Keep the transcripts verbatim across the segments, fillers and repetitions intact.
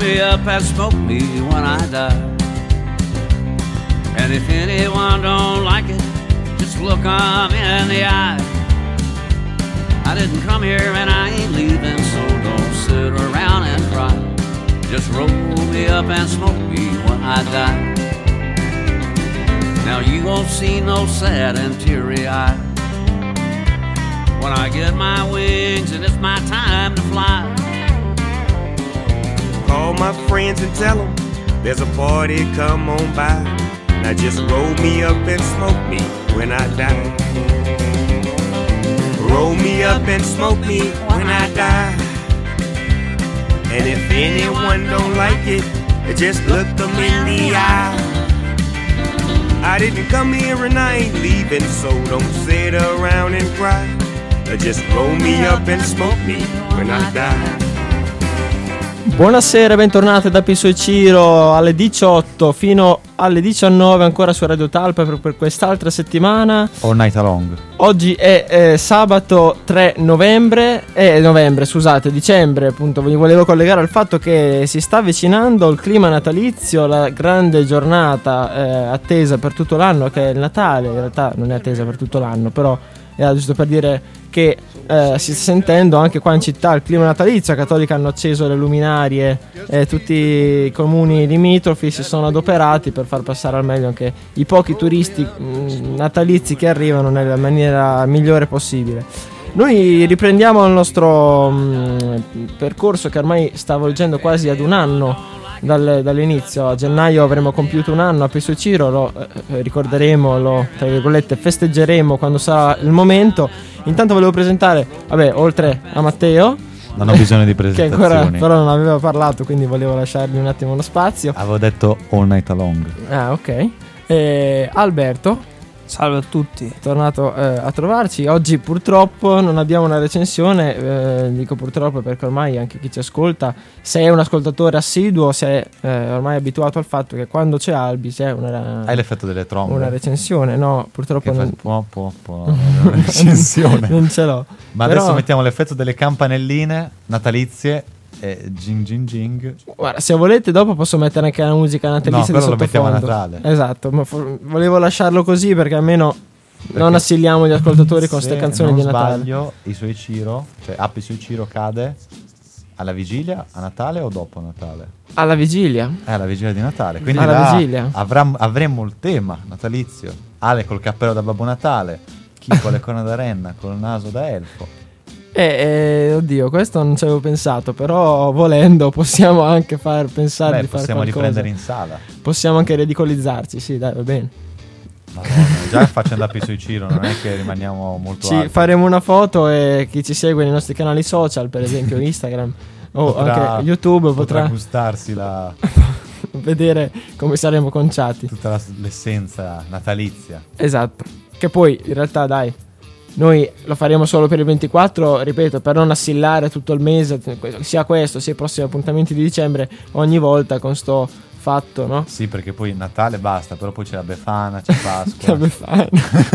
me up and smoke me when I die. And if anyone don't like it, just look 'em in the eye. I didn't come here and I ain't leaving, so don't sit around and cry. Just roll me up and smoke me when I die. Now you won't see no sad and teary eye when I get my wings and it's my time to fly. Call my friends and tell them there's a party, come on by. Now just roll me up and smoke me when I die. Roll me up and smoke me when I die. And if anyone don't like it, just look them in the eye. I didn't come here and I ain't leaving, so don't sit around and cry. Just roll me up and smoke me when I die. Buonasera, bentornati da Piso e Ciro alle diciotto fino alle diciannove ancora su Radio Talpa per, per quest'altra settimana. All night long. Oggi è eh, sabato tre novembre, eh, novembre, scusate, dicembre, appunto. Vi volevo collegare al fatto che si sta avvicinando il clima natalizio, la grande giornata eh, attesa per tutto l'anno, che è il Natale. In realtà non è attesa per tutto l'anno, però era giusto per dire che eh, si sta sentendo anche qua in città il clima natalizio. A Cattolica hanno acceso le luminarie e tutti i comuni limitrofi si sono adoperati per far passare al meglio anche i pochi turisti mh, natalizi che arrivano nella maniera migliore possibile. Noi riprendiamo il nostro mh, percorso che ormai sta volgendo quasi ad un anno dal, dall'inizio. A gennaio avremo compiuto un anno a Piso e Ciro, lo eh, ricorderemo, lo tra virgolette festeggeremo quando sarà il momento. Intanto volevo presentare, vabbè, oltre a Matteo, non ho bisogno di presentazioni, che ancora però non aveva parlato, quindi volevo lasciargli un attimo lo spazio. Avevo detto all night long. Ah, ok. E Alberto, salve a tutti, tornato eh, a trovarci. Oggi purtroppo non abbiamo una recensione, eh, dico purtroppo perché ormai anche chi ci ascolta, se è un ascoltatore assiduo, se è eh, ormai abituato al fatto che quando c'è Albi c'è una, hai l'effetto delle trombe, una recensione. No, purtroppo che non, po, po, po, una recensione. non ce l'ho. Ma però adesso mettiamo l'effetto delle campanelline natalizie e jing jing jing. Guarda, se volete dopo posso mettere anche la musica natalizia, no, di però lo mettiamo a sottofondo. Natale. Esatto, ma for- volevo lasciarlo così perché almeno perché non assiliamo gli ascoltatori con queste canzoni non di Natale. sbaglio, i suoi Ciro, cioè Appi sui Ciro cade alla vigilia, a Natale o dopo Natale? Alla vigilia. Eh, alla vigilia di Natale. Quindi alla là vigilia avrà, avremo il tema natalizio. Ale col cappello da Babbo Natale, chi con le corna da renna, col naso da elfo. Eh, eh, oddio, questo non ci avevo pensato, però volendo possiamo anche far pensare Beh, di fare possiamo qualcosa. riprendere in sala. Possiamo anche ridicolizzarci, sì, dai, va bene. Madonna, già facendo Appi sui Ciro, non è che rimaniamo molto Ci alti. faremo una foto e chi ci segue nei nostri canali social, per esempio Instagram o Potrà- anche YouTube, potrà potrà gustarsi la, vedere come saremo conciati. tutta la- l'essenza natalizia. Esatto. Che poi in realtà dai, noi lo faremo solo per il ventiquattro, ripeto, per non assillare tutto il mese, sia questo sia i prossimi appuntamenti di dicembre, ogni volta con sto fatto, no? Sì, perché poi Natale basta, però poi c'è la Befana, c'è Pasqua. La Befana.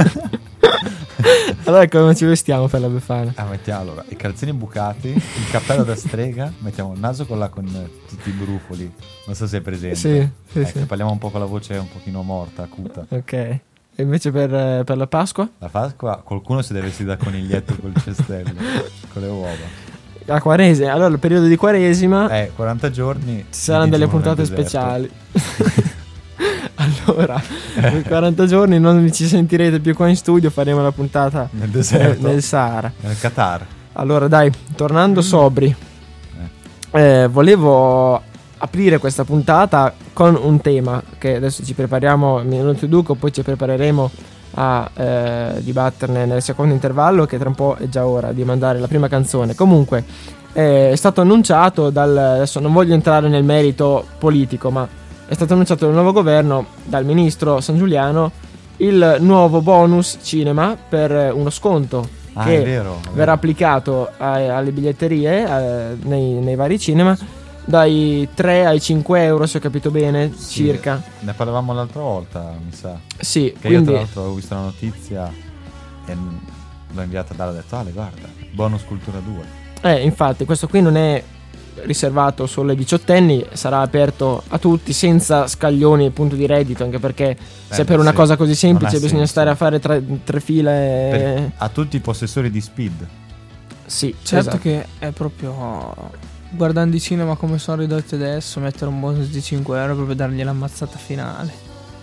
Allora come ci vestiamo per la Befana? Ah, mettiamo allora i calzini bucati, il cappello da strega, mettiamo il naso con la con tutti i brufoli. Non so se è presente. Sì, sì, ecco, sì. parliamo un po' con la voce un pochino morta, acuta. Ok. E invece per, eh, per la Pasqua? La Pasqua qualcuno si deve vestire da coniglietto col cestello, con le uova. La Quaresima, allora il periodo di Quaresima Eh, quaranta giorni. ci saranno delle puntate speciali. Allora, per quaranta giorni non ci sentirete più qua in studio, faremo la puntata Nel deserto. nel Sahara. Nel Qatar. Allora dai, tornando sobri, eh, volevo aprire questa puntata con un tema che adesso ci prepariamo, me lo introduco, poi ci prepareremo a eh, dibatterne nel secondo intervallo, che tra un po' è già ora di mandare la prima canzone. Comunque eh, è stato annunciato dal, adesso non voglio entrare nel merito politico, ma è stato annunciato dal nuovo governo, dal ministro Sangiuliano, il nuovo bonus cinema per uno sconto Ah, che è vero, è vero. verrà applicato a- alle biglietterie eh, nei, nei vari cinema dai tre ai cinque euro, se ho capito bene, Sì, circa. Ne parlavamo l'altra volta, mi sa. Sì, Che io quindi tra l'altro avevo visto la notizia e m- l'ho inviata a Dalla, ho detto Ale guarda, bonus cultura due. eh, infatti questo qui non è riservato solo ai diciottenni, sarà aperto a tutti senza scaglioni e punto di reddito, anche perché Beh, se per una sì, cosa così semplice non ha bisogna senso. stare a fare tre, tre file. Per- a tutti i possessori di Speed. Sì, Certo esatto. che è proprio, guardando i cinema come sono ridotti adesso, mettere un bonus di cinque euro per dargli l'ammazzata finale.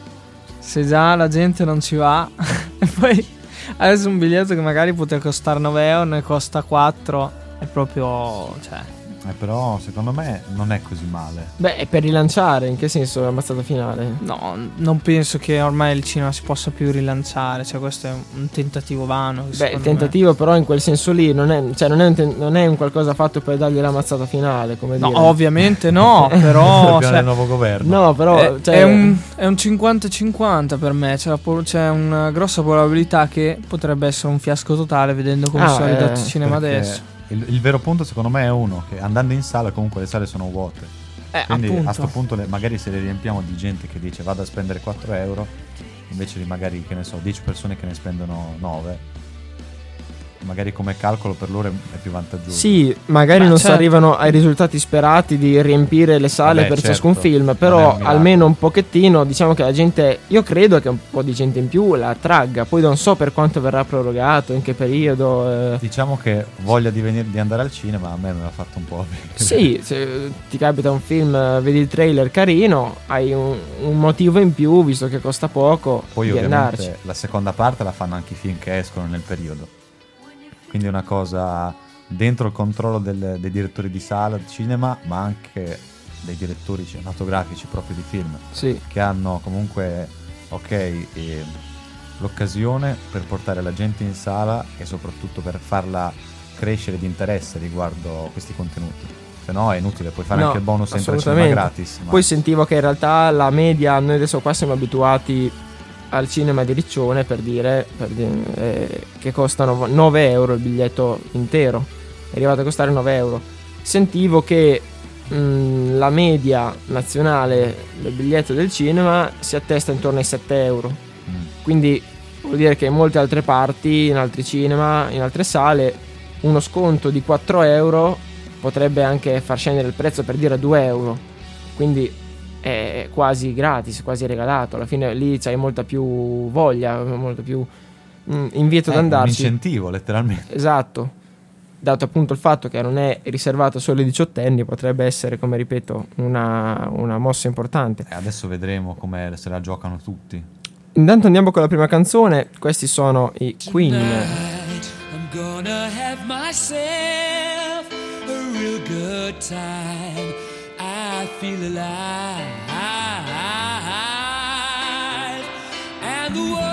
Se già la gente non ci va e poi adesso un biglietto che magari poteva costare nove euro ne costa quattro, è proprio, cioè, Eh, però secondo me non è così male. Beh, è per rilanciare, in che senso l'ammazzata finale? no, non penso che ormai il cinema si possa più rilanciare, cioè questo è un tentativo vano. Beh, il secondo tentativo però in quel senso lì non è, cioè non è, un, ten- non è un qualcosa fatto per dargli l'ammazzata finale, come me. No, dire. ovviamente no, Questo è però il piano cioè, del nuovo governo. No, però è, cioè, è un, è un cinquanta cinquanta per me, c'è, la po- c'è una grossa probabilità che potrebbe essere un fiasco totale vedendo come Ah, sono eh, ridotti i cinema Perché adesso. Il, il vero punto secondo me è uno, che andando in sala comunque le sale sono vuote. Eh, Quindi appunto. a sto punto le- magari se le riempiamo di gente che dice vado a spendere quattro euro, invece di magari, che ne so, dieci persone che ne spendono nove, magari come calcolo per loro è è più vantaggioso. sì, magari Ma non si certo. arrivano ai risultati sperati di riempire le sale Vabbè, per certo, ciascun film, non è però un miracolo. almeno un pochettino, diciamo che la gente, io credo che un po' di gente in più la attragga, poi non so per quanto verrà prorogato, in che periodo. eh. Diciamo che voglia di, venire, di andare al cinema a me me l'ha fatto un po'. Sì, se ti capita un film, eh, vedi il trailer carino, hai un, un motivo in più, visto che costa poco, Poi di ovviamente andarci. la seconda parte la fanno anche i film che escono nel periodo. Quindi è una cosa dentro il controllo del- dei direttori di sala, di cinema, ma anche dei direttori cinematografici proprio di film, Sì. che hanno comunque, ok, eh, l'occasione per portare la gente in sala e soprattutto per farla crescere di interesse riguardo questi contenuti. Se no è inutile, puoi fare No, anche il bonus entra al cinema assolutamente. gratis. Ma Poi sentivo che in realtà la media, noi adesso qua siamo abituati al cinema di Riccione, per dire, per dire, eh, che costano nove euro il biglietto intero, è arrivato a costare nove euro. Sentivo che mh, la media nazionale del biglietto del cinema si attesta intorno ai sette euro, Mm. quindi vuol dire che in molte altre parti, in altri cinema, in altre sale, uno sconto di quattro euro potrebbe anche far scendere il prezzo, per dire, a due euro, quindi è quasi gratis, quasi regalato. Alla fine lì c'hai molta più voglia, molta più mm, invito È ad un andarci. incentivo letteralmente. Esatto, dato appunto il fatto che non è riservato solo ai diciottenni, potrebbe essere, come ripeto, una, una mossa importante. E adesso vedremo come se la giocano tutti. Intanto andiamo con la prima canzone, questi sono i Queen. Tonight, I'm gonna have myself a real good time. I feel alive, and the world,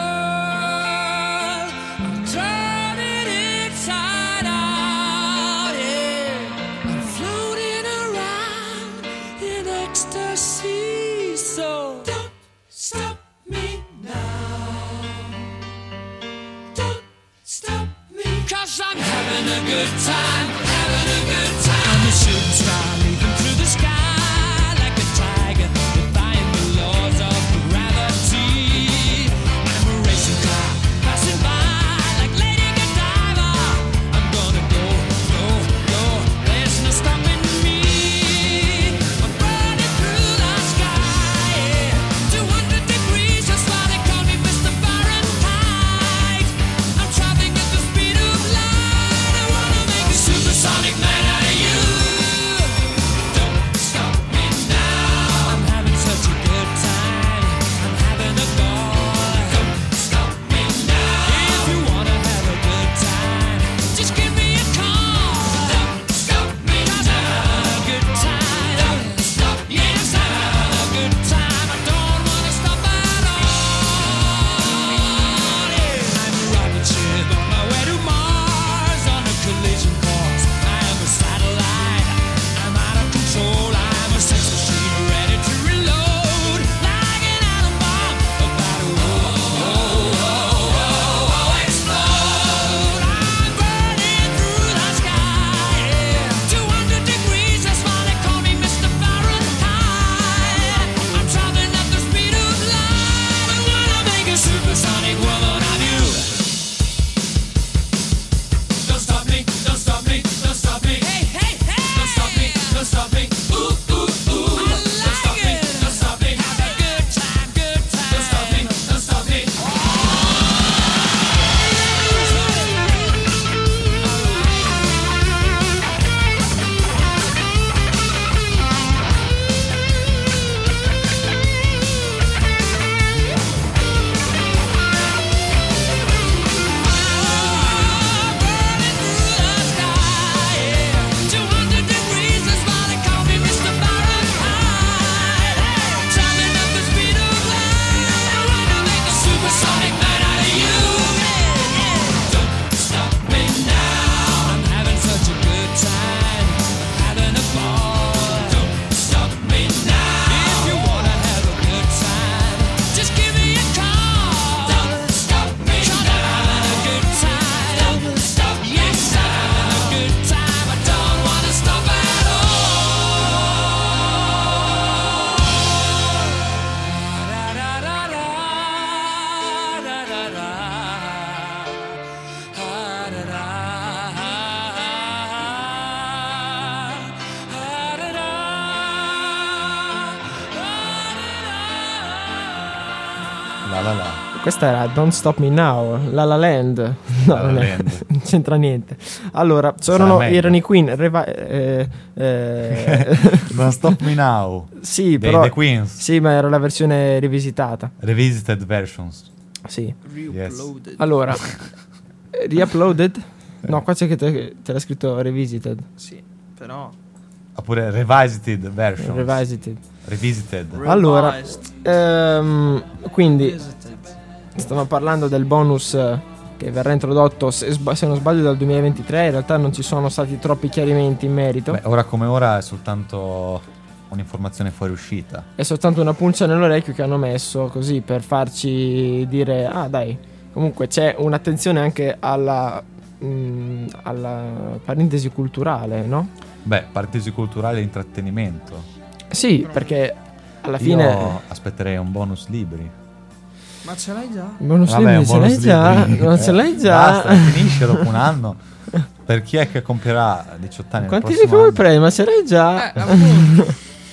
I'm turning inside out. Yeah, I'm floating around in ecstasy. So don't stop me now. Don't stop me, 'cause I'm having a good time, having a good time. I'm a shooting star leaping through the sky like a tiger, defying the laws of gravity. I'm a racing car passing by like Lady Godiva. I'm gonna go, go, go, there's no stopping me. I'm running through the sky, yeah, two hundred degrees, that's why they call me Mister Fahrenheit. I'm traveling at the speed of light. I wanna make a supersonic man out of you. La la la. Questa era Don't Stop Me Now, La La Land. No, La La non, è- Land. non c'entra niente. Allora, Sarà sono, meglio. erano i Queen. Reva- eh, eh, Don't Stop Me Now. sì, Dei però. The Queens. Sì, ma era la versione rivisitata. Revisited versions. Sì. Reuploaded. Allora, eh, Reuploaded? No, qua c'è che te, te l'ha scritto Revisited. Sì, però. Oppure Revisited versions. Revisited. Revisited. Allora, Revised. ehm, quindi Revisited. stiamo parlando del bonus eh, che verrà introdotto, se, sba- se non sbaglio, dal duemilaventitré. In realtà non ci sono stati troppi chiarimenti in merito. Beh, ora come ora è soltanto un'informazione fuoriuscita. È soltanto una pulce nell'orecchio che hanno messo così per farci dire: ah, dai, comunque c'è un'attenzione anche alla, mh, alla parentesi culturale, no? Beh, parentesi culturale e intrattenimento. Sì, perché alla fine Io aspetterei un bonus libri. Ma ce l'hai già? il bonus Vabbè, libri un ce bonus l'hai già, libri. non ce l'hai Eh, già. Basta, finisce dopo un anno. Per chi è che compierà diciotto anni Quanti nel libri prossimo vuoi anno? prendere? Ma ce l'hai già. Eh, appunto.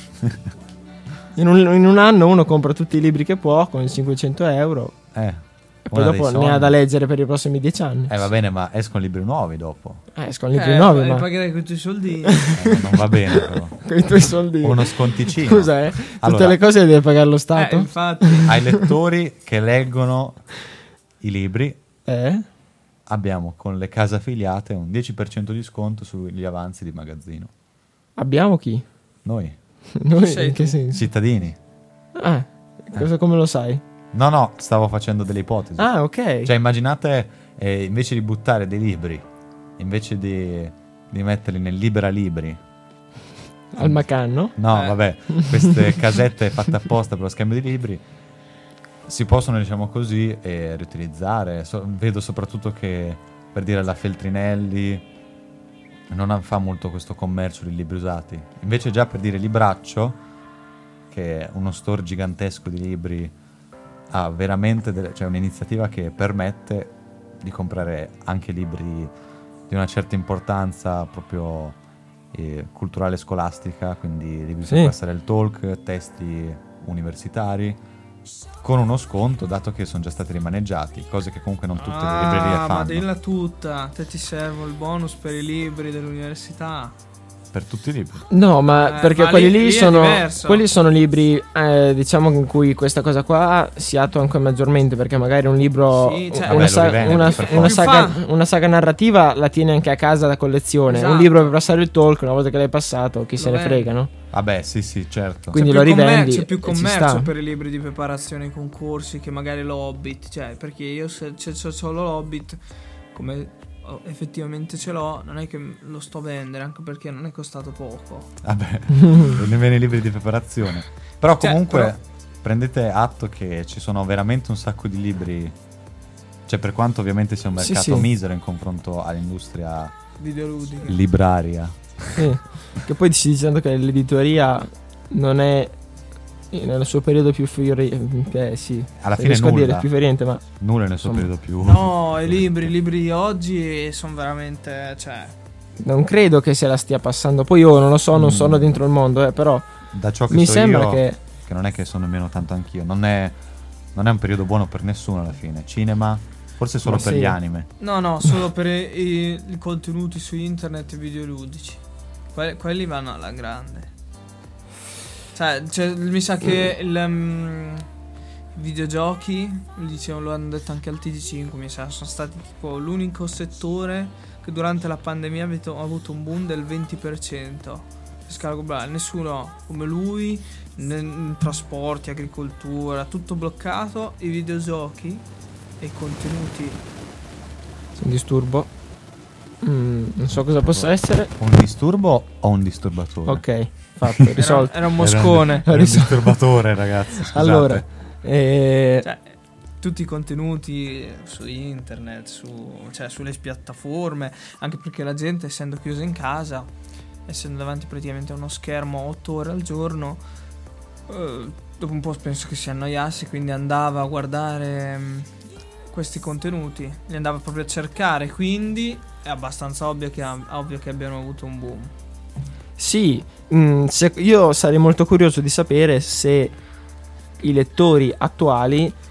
In un, in un anno uno compra tutti i libri che può con cinquecento euro Eh, e poi una dopo dei ne ha sogni. da leggere per i prossimi dieci anni. Eh va bene, ma escono libri nuovi dopo. Eh, escono libri Eh, nuovi, pa- ma pagherai con i tuoi soldi. Eh, non va bene però. con i tuoi soldi. Uno sconticino. Scusa, eh. Tutte Allora, le cose le deve pagare lo Eh, Stato. infatti. ai lettori che leggono i libri Eh? abbiamo con le case affiliate un dieci per cento di sconto sugli avanzi di magazzino. Abbiamo chi? Noi, Noi sei in che tu? senso? cittadini. Ah, cosa, come lo sai? No, no, stavo facendo delle ipotesi. Ah, ok. Cioè, immaginate, eh, invece di buttare dei libri, invece di, di metterli nel Libera Libri, Al Macanno? no, Eh. vabbè, queste casette fatte apposta per lo scambio di libri, si possono, diciamo così, eh, riutilizzare. So- vedo soprattutto che, per dire, la Feltrinelli non ha- fa molto questo commercio di libri usati. Invece già per dire Libraccio, che è uno store gigantesco di libri, ha veramente delle- cioè un'iniziativa che permette di comprare anche libri di una certa importanza proprio eh, culturale e scolastica, quindi libri Sì. per passare il talk, testi universitari, con uno sconto, dato che sono già stati rimaneggiati, cose che comunque non tutte le librerie Ah, ma fanno. dilla tutta. Te ti serve il bonus per i libri dell'università. Per tutti i libri. No, ma Eh, perché ma quelli lì- lì, lì è sono diverso. quelli sono libri eh, diciamo in cui questa cosa qua si attua anche maggiormente, perché magari un libro Sì, cioè- una, Vabbè, lo sa- rivendi, una- per una forza. saga, Più fa. una saga narrativa la tieni anche a casa da collezione. Un Esatto. libro per passare il talk, una volta che l'hai passato, chi Lo se ne vendi. frega, no? Vabbè, sì, sì, certo. Quindi C'è lo più commer- rivendi C'è più e ci commercio sta. per i libri di preparazione ai concorsi che magari l'Hobbit. Cioè, perché io se c'è c'è solo l'Hobbit, come oh, effettivamente ce l'ho, non è che m- lo sto a vendere, anche perché non è costato poco. Vabbè, e nemmeno i libri di preparazione. Però Cioè, comunque però- prendete atto che ci sono veramente un sacco di libri. Cioè, per quanto ovviamente sia un Sì, mercato sì. misero in confronto all'industria Videoludiche. libraria. Sì. Che poi si dicendo che l'editoria non è nel suo periodo più fiorente, eh, sì, Alla non fine riesco a dire nulla. più fiorente, ma Nulla nel suo Insomma. periodo più. No, i libri, i libri di oggi sono veramente, cioè, non credo che se la stia passando. Poi io non lo so, non Mm. sono dentro il mondo, eh, però Da ciò che mi so sembra io, che che non è che sono nemmeno tanto anch'io. Non è, non è un periodo buono per nessuno alla fine. Cinema, forse solo Ma per sì. gli anime. no, no, solo per i, i contenuti su internet e videoludici. Que- quelli vanno alla grande. Cioè, cioè, mi sa che il, um, i videogiochi, lo dicevano, lo hanno detto anche al T G cinque, mi sa, sono stati tipo l'unico settore che durante la pandemia ha avuto, ha avuto un boom del venti per cento. Scala globale, nessuno come lui, né- né trasporti, agricoltura, tutto bloccato, i videogiochi e i contenuti. c'è un disturbo. Mm, non so cosa possa essere. Un disturbo o un disturbatore? Ok, fatto, Era, risolto. era un moscone. Era un disturbatore, ragazzi. Scusate. Allora, eh, Cioè, tutti i contenuti su internet, su, cioè sulle piattaforme, anche perché la gente, essendo chiusa in casa, essendo davanti praticamente a uno schermo otto ore al giorno, eh, dopo un po' penso che si annoiasse, quindi andava a guardare mh, questi contenuti, li andava proprio a cercare, quindi è abbastanza ovvio che, ovvio che abbiano avuto un boom. sì, mm, se- io sarei molto curioso di sapere se i lettori attuali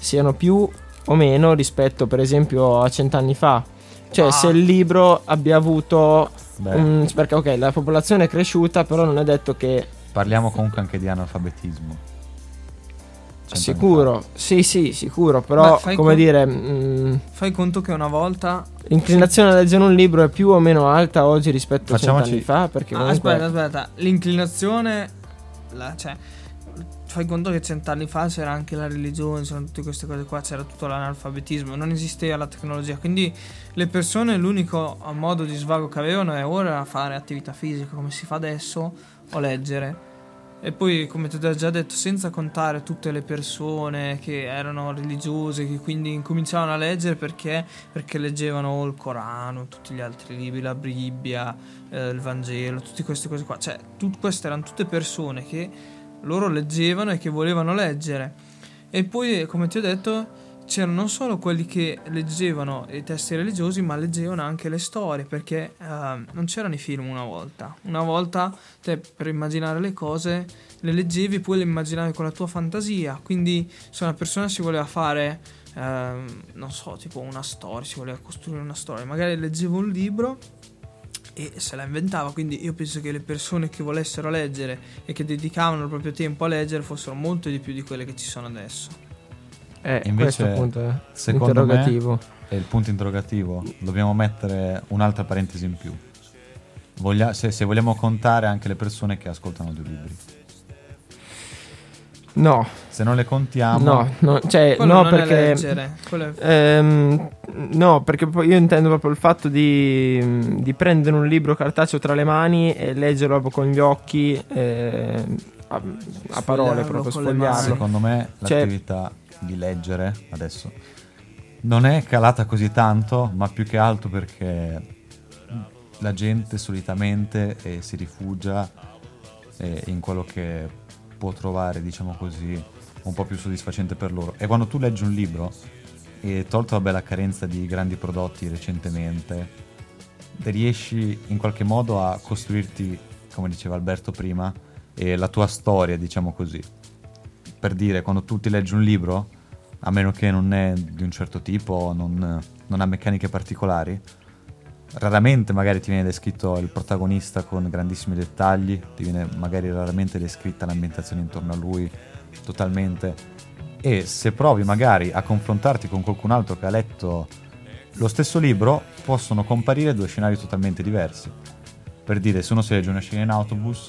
siano più o meno rispetto per esempio a cent'anni fa. Cioè Ah. se il libro abbia avuto Beh, un, perché ok, la popolazione è cresciuta, però non è detto che parliamo comunque anche di analfabetismo. Cent'anni sicuro, sì sì sicuro, però Beh, fai come con- dire, mh, Fai conto che una volta. l'inclinazione a leggere un libro è più o meno alta oggi rispetto Facciamoci- a cent'anni fa, perché Ah, comunque aspetta, aspetta. L'inclinazione. La, cioè. Fai conto che cent'anni fa c'era anche la religione, c'erano tutte queste cose qua, c'era tutto l'analfabetismo, non esisteva la tecnologia. Quindi le persone l'unico modo di svago che avevano è ora fare attività fisica come si fa adesso o leggere. E poi, come ti ho già detto, senza contare tutte le persone che erano religiose, che quindi incominciavano a leggere perché, perché leggevano il Corano, tutti gli altri libri, la Bibbia, eh, il Vangelo, tutte queste cose qua. Cioè, tut- queste erano tutte persone che loro leggevano e che volevano leggere. E poi, come ti ho detto, c'erano non solo quelli che leggevano i testi religiosi, ma leggevano anche le storie, perché eh, non c'erano i film una volta. Una volta te per immaginare le cose le leggevi, poi le immaginavi con la tua fantasia. Quindi se una persona si voleva fare, ehm, non so, tipo una storia, si voleva costruire una storia, magari leggeva un libro e se la inventava. Quindi io penso che le persone che volessero leggere e che dedicavano il proprio tempo a leggere fossero molto di più di quelle che ci sono adesso. eh, Invece, questo appunto è secondo l'interrogativo. E il punto interrogativo, dobbiamo mettere un'altra parentesi in più. Voglia- se, se vogliamo contare anche le persone che ascoltano audiolibri. No, Se non le contiamo, no, no, cioè Quello no non è perché leggere, quello è- Ehm, no, perché poi io intendo proprio il fatto di, di prendere un libro cartaceo tra le mani e leggerlo proprio con gli occhi, eh, a, a parole, Sfogliarlo proprio con le sfogliarlo. secondo me Cioè- l'attività di leggere adesso non è calata così tanto, ma più che altro perché la gente solitamente eh, si rifugia eh, in quello che può trovare, diciamo così, un po' più soddisfacente per loro. E quando tu leggi un libro, e tolto vabbè la carenza di grandi prodotti recentemente, riesci in qualche modo a costruirti, come diceva Alberto prima, eh, la tua storia, diciamo così. Per dire, quando tu ti leggi un libro, a meno che non è di un certo tipo, non, non ha meccaniche particolari, raramente magari ti viene descritto il protagonista con grandissimi dettagli, ti viene magari raramente descritta l'ambientazione intorno a lui totalmente, e se provi magari a confrontarti con qualcun altro che ha letto lo stesso libro, possono comparire due scenari totalmente diversi. Per dire, se uno si legge una scena in autobus,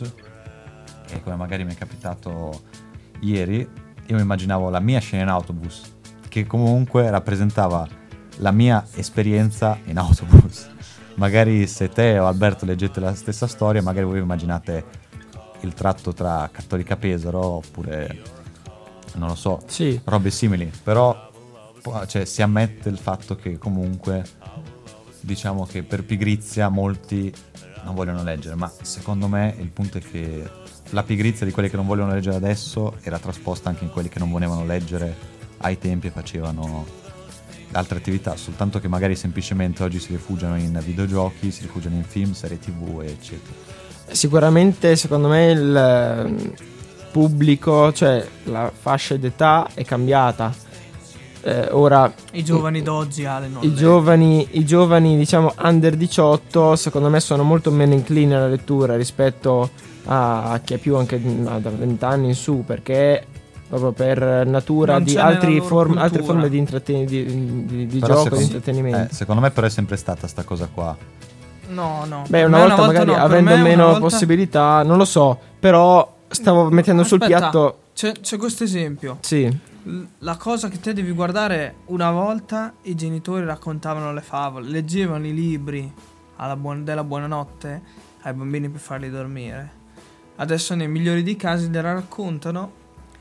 e come magari mi è capitato ieri, io mi immaginavo la mia scena in autobus, che comunque rappresentava la mia esperienza in autobus. Magari se te o Alberto leggete la stessa storia, magari voi immaginate il tratto tra Cattolica Pesaro oppure, non lo so, Sì, robe simili. Però po- cioè, si ammette il fatto che comunque, diciamo che per pigrizia molti non vogliono leggere, ma secondo me il punto è che la pigrizia di quelli che non vogliono leggere adesso era trasposta anche in quelli che non volevano leggere ai tempi e facevano altre attività, soltanto che magari semplicemente oggi si rifugiano in videogiochi, si rifugiano in film, serie tv, eccetera. sicuramente secondo me il eh, pubblico, cioè la fascia d'età è cambiata. Eh, ora I giovani d'oggi, Ale, non i leggono. giovani, i giovani diciamo under diciotto secondo me sono molto meno inclini alla lettura rispetto a chi ha più anche da venti anni in su, perché proprio per natura Non di c'è nella altri loro form- cultura. altre forme di, intratten- di, di, di Però gioco, secondo- di intrattenimento. Eh, secondo me però è sempre stata sta cosa qua. No, no. Beh, Per una me volta, magari no, per avendo me una meno volta- possibilità, non lo so, però stavo mettendo sul Aspetta, piatto. C'è, c'è questo esempio. Sì, L- La cosa che te devi guardare è, una volta i genitori raccontavano le favole, leggevano i libri alla buon- della buonanotte ai bambini per farli dormire. Adesso nei migliori dei casi le raccontano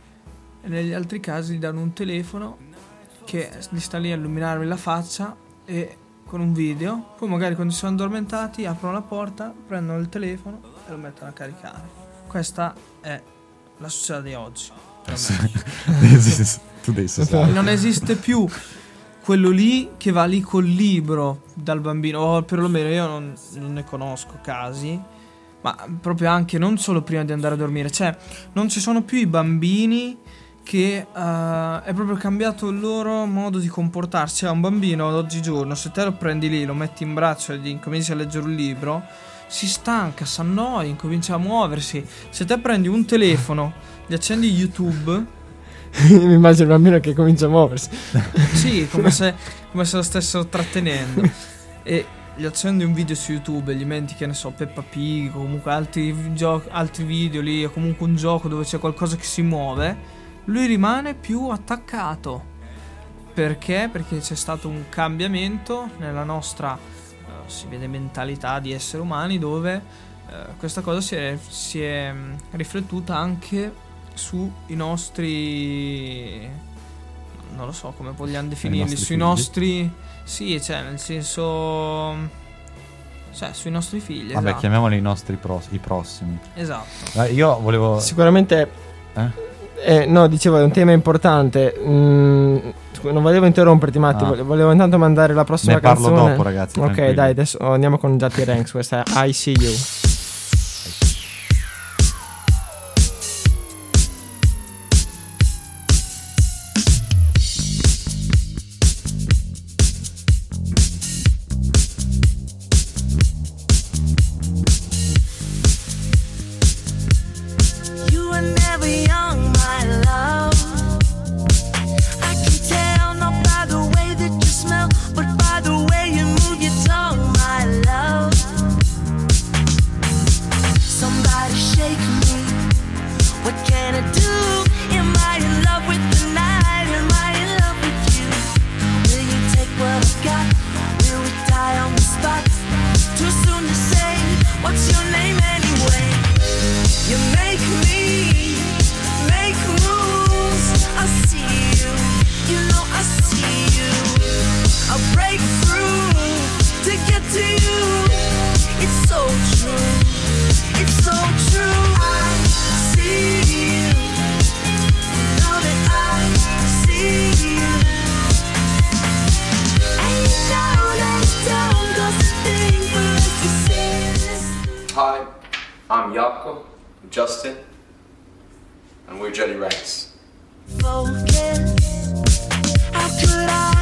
e negli altri casi gli danno un telefono che gli sta lì a illuminarmi la faccia e con un video, poi magari quando si sono addormentati aprono la porta, prendono il telefono e lo mettono a caricare. Questa è la società di oggi. Tu devi sai. Non esiste più quello lì che va lì col libro dal bambino, o perlomeno io non, non ne conosco casi, ma proprio anche non solo prima di andare a dormire, cioè non ci sono più i bambini che uh, è proprio cambiato il loro modo di comportarsi. Cioè, un bambino oggigiorno, se te lo prendi lì, lo metti in braccio e gli incominci a leggere un libro, si stanca, si annoia, incomincia a muoversi. Se te prendi un telefono, gli accendi YouTube, mi immagino un bambino che comincia a muoversi. sì, come se, come se lo stessero trattenendo, e gli accendi un video su YouTube e gli metti, che ne so, Peppa Pig o comunque altri, gio- altri video lì, o comunque un gioco dove c'è qualcosa che si muove, lui rimane più attaccato. Perché? Perché c'è stato un cambiamento nella nostra, uh, si vede, mentalità di esseri umani, dove uh, questa cosa si è, si è um, riflettuta anche sui nostri, non lo so come vogliamo definirli, nostri sui figli? nostri, sì, cioè nel senso, cioè sui nostri figli. Vabbè, esatto. chiamiamoli i nostri pros- i prossimi. Esatto. Eh, io volevo... Sicuramente Eh? eh, no, dicevo, è un tema importante. Mm, scu- non volevo interromperti, Matti, Ah. vole- volevo intanto mandare la prossima Ne parlo canzone. dopo, ragazzi, Ok, tranquilli. dai, adesso andiamo con Jati Ranks, questa è I See You. You were never young, my love. I can tell not by the way that you smell, but by the way you move your tongue, my love. Somebody shake me. What can I do? Am I in love with the night? Am I in love with you? Will you take what I've got? Will we die on the spot? Too soon to say. What's your name anyway? You make me make moves. I see you, you know I see you. I break through to get to you. It's so true, it's so true. I see you, know that I see you. And you know that it don't cost a thing for us to see this. Hi, I'm Jaco, Justin, and we're Jetty Ranks. Focus. How could I?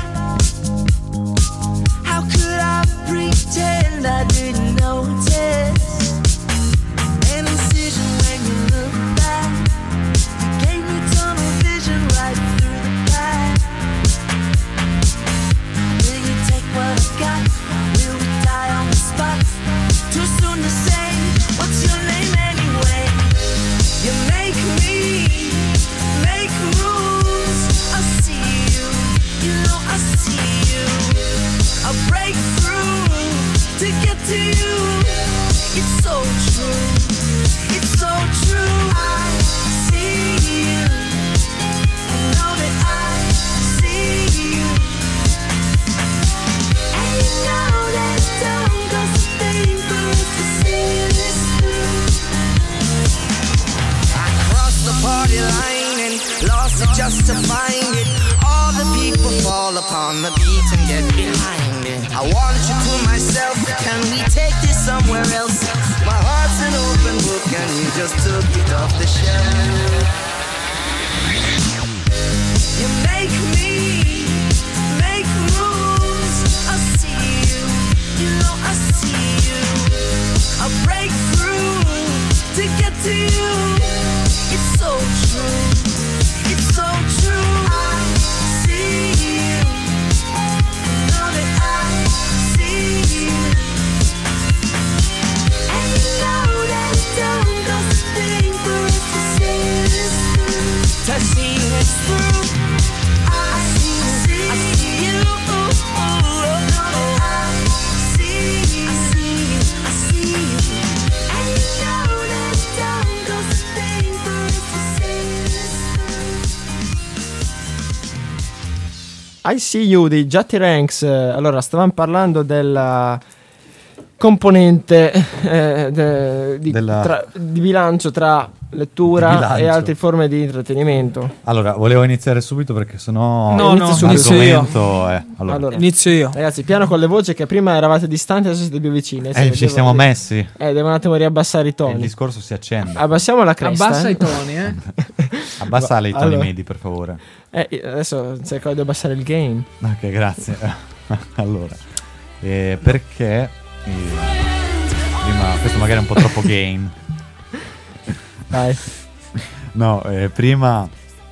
How could I pretend I didn't notice? An incision when you look back. You gave me tunnel vision right through the back. Will you take what I've got? Will we die on the spot? Too soon to say. What's your name anyway? You make me make moves. I see you, you know I see you. I break through to get to you. It's so true, it's so true. I see you, know that I see you. And you know that it don't cost a thing for us to see this through. I crossed the party line and lost it just to find it. All the people fall upon the beat and get behind it. I want you to myself, can we take this somewhere else? My heart's an open book and you just took it off the shelf. You make me make moves. I see you, you know I see you. I break through to get to you. It's so true, it's so true. I see you, know that I see you. And you know that it don't cost a thing for us to see this through. To see this through. I see you, I see you. Know that I see you, I see you, I see you. And you know that it don't cost a thing for us to see this through. I See You di Jati Ranks. Allora, stavamo parlando della componente eh, de- di, Della- tra- di bilancio tra lettura Di bilancio. e altre forme di intrattenimento. Allora, volevo iniziare subito perché sennò No, inizio no, subito. l'argomento è... Allora, Allora, Inizio io. ragazzi, piano con le voci, che prima eravate distanti, adesso siete più vicini. eh, ci siamo messi Eh, devo un attimo riabbassare i e il toni. discorso si accende. Abbassiamo la cresta. Abbassa eh. i toni, eh. Abbassa i toni Allora. medi, per favore. Eh, adesso cerco di abbassare il gain. Ok, grazie. Allora, eh, perché eh, prima, questo magari è un po' troppo gain. Dai. No, eh, prima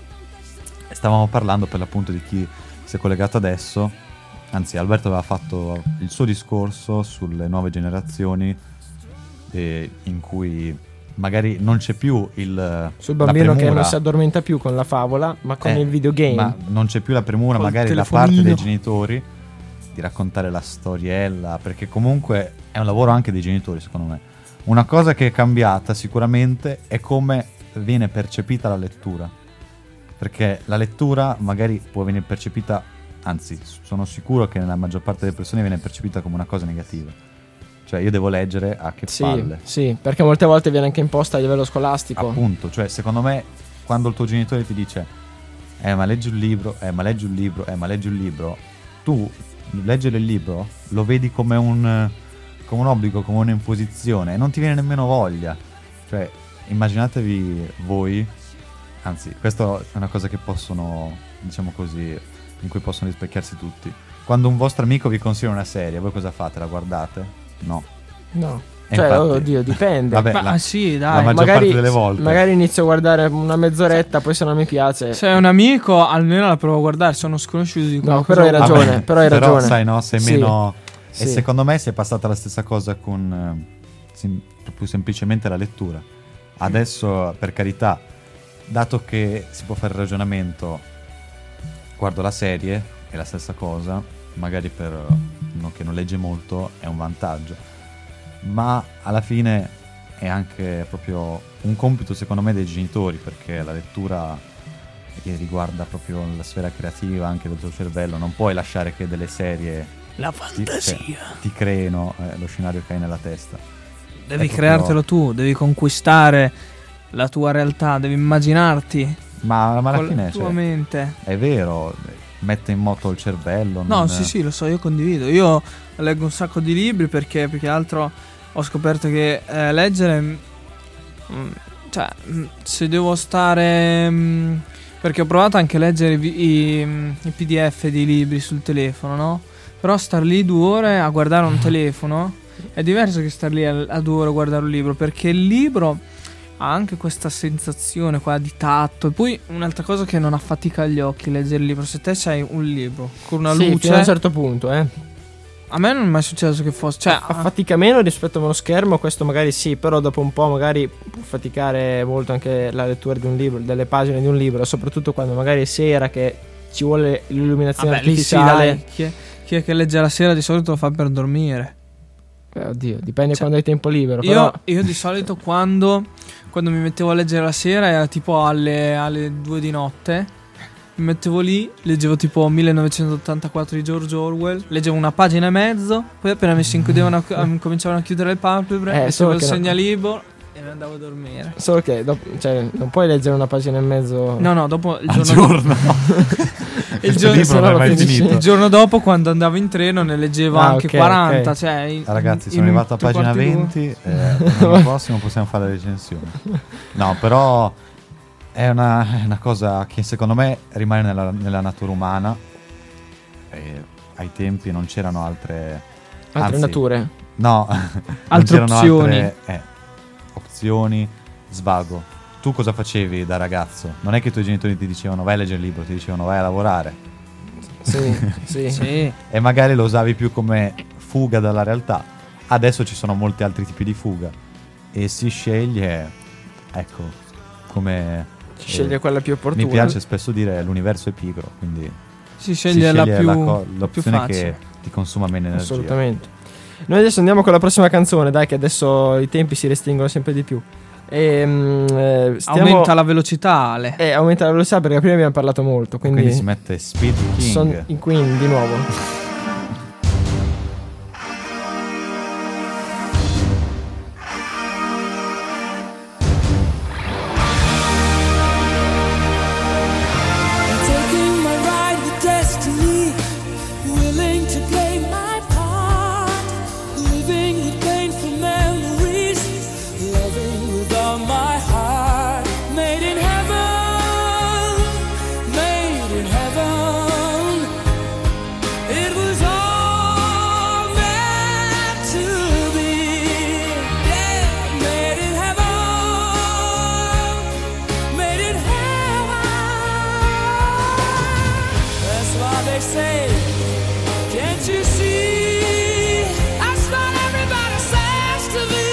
stavamo parlando per l'appunto di chi si è collegato adesso. Anzi, Alberto aveva fatto il suo discorso sulle nuove generazioni, eh, in cui magari non c'è più il Sul la bambino che premura, non si addormenta più con la favola, ma con eh, il videogame. ma non c'è più la premura Col magari da telefonino. parte dei genitori di raccontare la storiella, perché comunque è un lavoro anche dei genitori, secondo me. Una cosa che è cambiata sicuramente è come viene percepita la lettura, perché la lettura magari può venire percepita, anzi sono sicuro che nella maggior parte delle persone viene percepita come una cosa negativa, cioè io devo leggere a che Sì, palle, sì, perché molte volte viene anche imposta a livello scolastico. appunto, cioè secondo me quando il tuo genitore ti dice eh ma leggi un libro, eh ma leggi un libro, eh ma leggi un libro, tu leggere il libro lo vedi come un come un obbligo, come un'imposizione, e non ti viene nemmeno voglia. Cioè, immaginatevi voi, anzi, questa è una cosa che possono, diciamo così, in cui possono rispecchiarsi tutti. Quando un vostro amico vi consiglia una serie, voi cosa fate? La guardate? No. No. E Cioè, infatti- oddio, dipende. Vabbè, Ma la, ah, sì, la dai. maggior magari, parte delle volte. magari inizio a guardare una mezz'oretta, poi se non mi piace. Se è un amico, almeno la provo a guardare. Sono sconosciuti di No, qualcosa. però hai ragione, Vabbè, però hai ragione. sai, no, sei Sì. meno... E Sì. secondo me si è passata la stessa cosa con eh, sim- più semplicemente la lettura. Adesso, per carità, dato che si può fare il ragionamento, guardo la serie, è la stessa cosa, magari per uno che non legge molto è un vantaggio, ma alla fine è anche proprio un compito secondo me dei genitori, perché la lettura che riguarda proprio la sfera creativa anche del tuo cervello, non puoi lasciare che delle serie La ti, cioè, ti creino eh, lo scenario che hai nella testa. Devi È proprio- creartelo tu, devi conquistare la tua realtà, devi immaginarti Ma, ma alla con la fine tua cioè, mente. è vero, mette in moto il cervello. No, non- sì, sì, lo so, io condivido. Io leggo un sacco di libri perché più che altro ho scoperto che eh, leggere, mm, cioè, mm, se devo stare, mm, perché ho provato anche a leggere i, vi- i, mm, i P D F dei libri sul telefono, no? Però star lì due ore a guardare un telefono è diverso che star lì a, a due ore a guardare un libro, perché il libro ha anche questa sensazione qua di tatto. E poi un'altra cosa che non affatica gli occhi leggere il libro. Se te c'hai un libro con una Sì, luce, fino a un certo punto, eh. a me non è mai successo che fosse, cioè, Affatica meno rispetto a uno schermo, questo magari sì, però dopo un po' magari può faticare molto anche la lettura di un libro, delle pagine di un libro, soprattutto quando magari è sera che ci vuole l'illuminazione vabbè, lì sì, artificiale. dai, chi è, chi è che legge la sera di solito lo fa per dormire. Eh, oddio, dipende Cioè, quando hai tempo libero. Io, Però io di solito quando, quando mi mettevo a leggere la sera era tipo alle, alle due di notte. Mi mettevo lì, leggevo tipo millenovecentottantaquattro di George Orwell, leggevo una pagina e mezzo, poi appena mi si inchiudevano, a- cominciavano a chiudere le palpebre, Eh, mettevo solo il che no. segnalibro e me andavo a dormire. solo che dopo, cioè, non puoi leggere una pagina e mezzo. No, no, dopo il Al giorno, giorno. il Questo giorno, libro non no, è mai finisci. finito. il giorno dopo quando andavo in treno ne leggevo Ah, anche ok, quaranta, ok. cioè in- Ragazzi, in sono arrivato a tre pagina quarti d'ora. venti. eh, L'anno prossimo possiamo fare la recensione. No, però è una, è una cosa che secondo me rimane nella, nella natura umana. E ai tempi non c'erano altre Altre anzi, nature. No, non Altre c'erano opzioni. altre, eh, opzioni, svago. Tu cosa facevi da ragazzo? Non è che i tuoi genitori ti dicevano vai a leggere il libro, ti dicevano vai a lavorare. Sì, sì. Sì. E magari lo usavi più come fuga dalla realtà. Adesso ci sono molti altri tipi di fuga e si sceglie, ecco, come Ci sceglie quella più opportuna. mi piace spesso dire l'universo è pigro, quindi Si si sceglie la più, co- più l'opzione facile. che ti consuma meno energia. Assolutamente. Noi adesso andiamo con la prossima canzone, dai, che adesso i tempi si restringono sempre di più. E, mm, eh, stiamo... Aumenta la velocità, Ale. Eh, aumenta la velocità perché prima abbiamo parlato molto, quindi, Quindi si mette Speed King. son in Queen di nuovo. say, can't you see? That's what everybody says to me.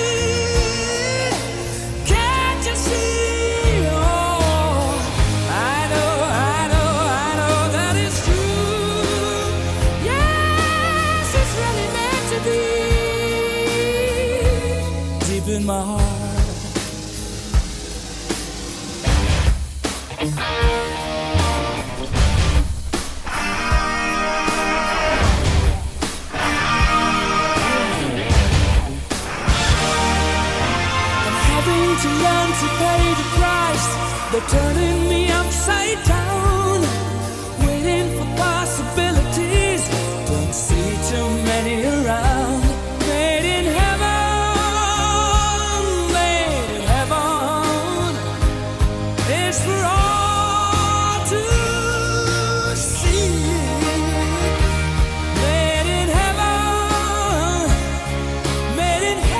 Can't you see? Oh, I know, I know, I know that it's true. Yes, it's really meant to be. Deep in my heart. To learn to pay the price. They're turning me upside down, waiting for possibilities. Don't see too many around. Made in heaven, made in heaven. It's for all to see. Made in heaven, made in heaven.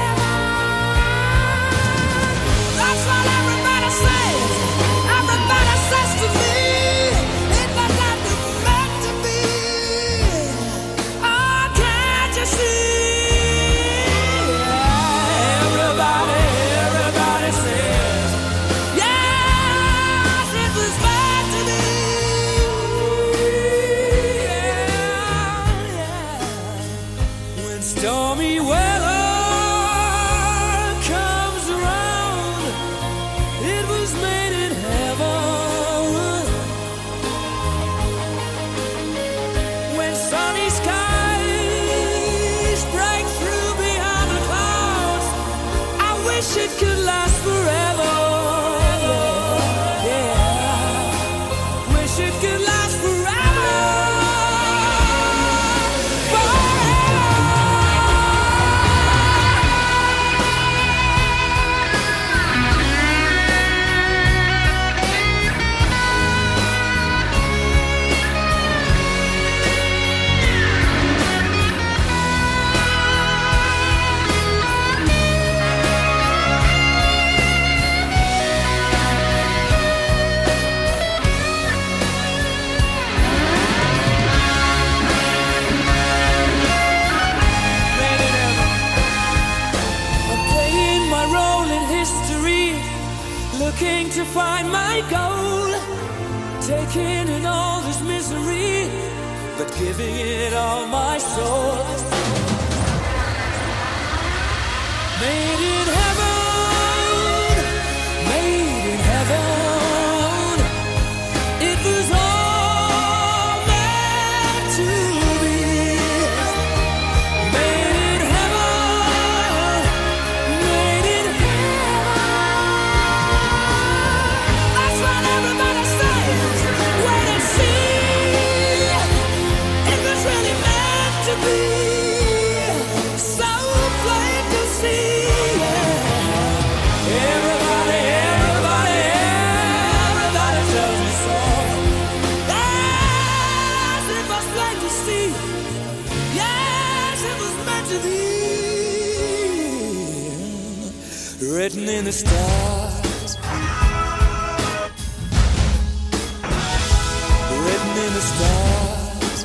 That's what everybody says. Everybody says to me, it must not be meant to be. Oh, can't you see? Everybody, everybody says, yes, it was meant to be. Yeah, yeah. When stormy weather comes around, it was made in heaven. When sunny skies break through behind the clouds, I wish it could last forever. Yeah, wish it could last forever. I'm playing my role in history, looking to find my goal, taking in all this misery, but giving it all my soul. Made in heaven, made in heaven. It was all meant to be. Made in heaven, made in heaven. That's what everybody says. Wait and see. It was really meant to be. So plain to see. Everybody, everybody, everybody tells me so. Yes, it was plain to see. Yes, it was meant to be. Written in the stars. Written in the stars.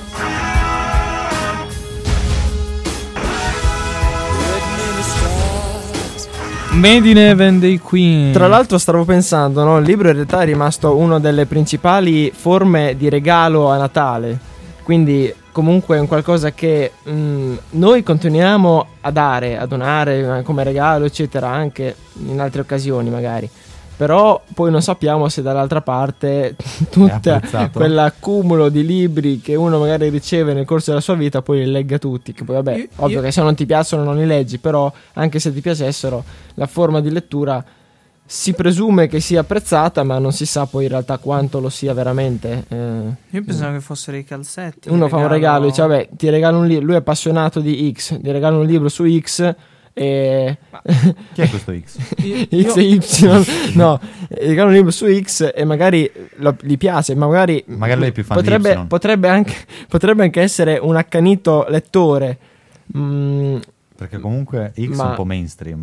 Written in the stars. Made in Heaven dei Queen. Tra l'altro stavo pensando, no? Il libro in realtà è rimasto una delle principali forme di regalo a Natale. Quindi comunque è un qualcosa che mh, noi continuiamo a dare, a donare eh, come regalo, eccetera, anche in altre occasioni magari. Però poi non sappiamo se dall'altra parte tutto apprezzato. quell'accumulo di libri che uno magari riceve nel corso della sua vita poi li legga tutti. Che poi vabbè, Io- ovvio io- che se non ti piacciono non li leggi, però anche se ti piacessero la forma di lettura si presume che sia apprezzata, ma non si sa poi in realtà quanto lo sia veramente. eh. Io pensavo che fossero i calzetti. Uno il fa un regalo, dice vabbè, ti regalo un libro, lui è appassionato di X, ti regalo un libro su X e Chi è questo X? X e Y, no, ti regalo un libro su X e magari lo- gli piace, ma magari, Magari lei è più fan di potrebbe, Y. potrebbe, anche, potrebbe anche essere un accanito lettore. Mm, Perché comunque X è Ma- un po' mainstream.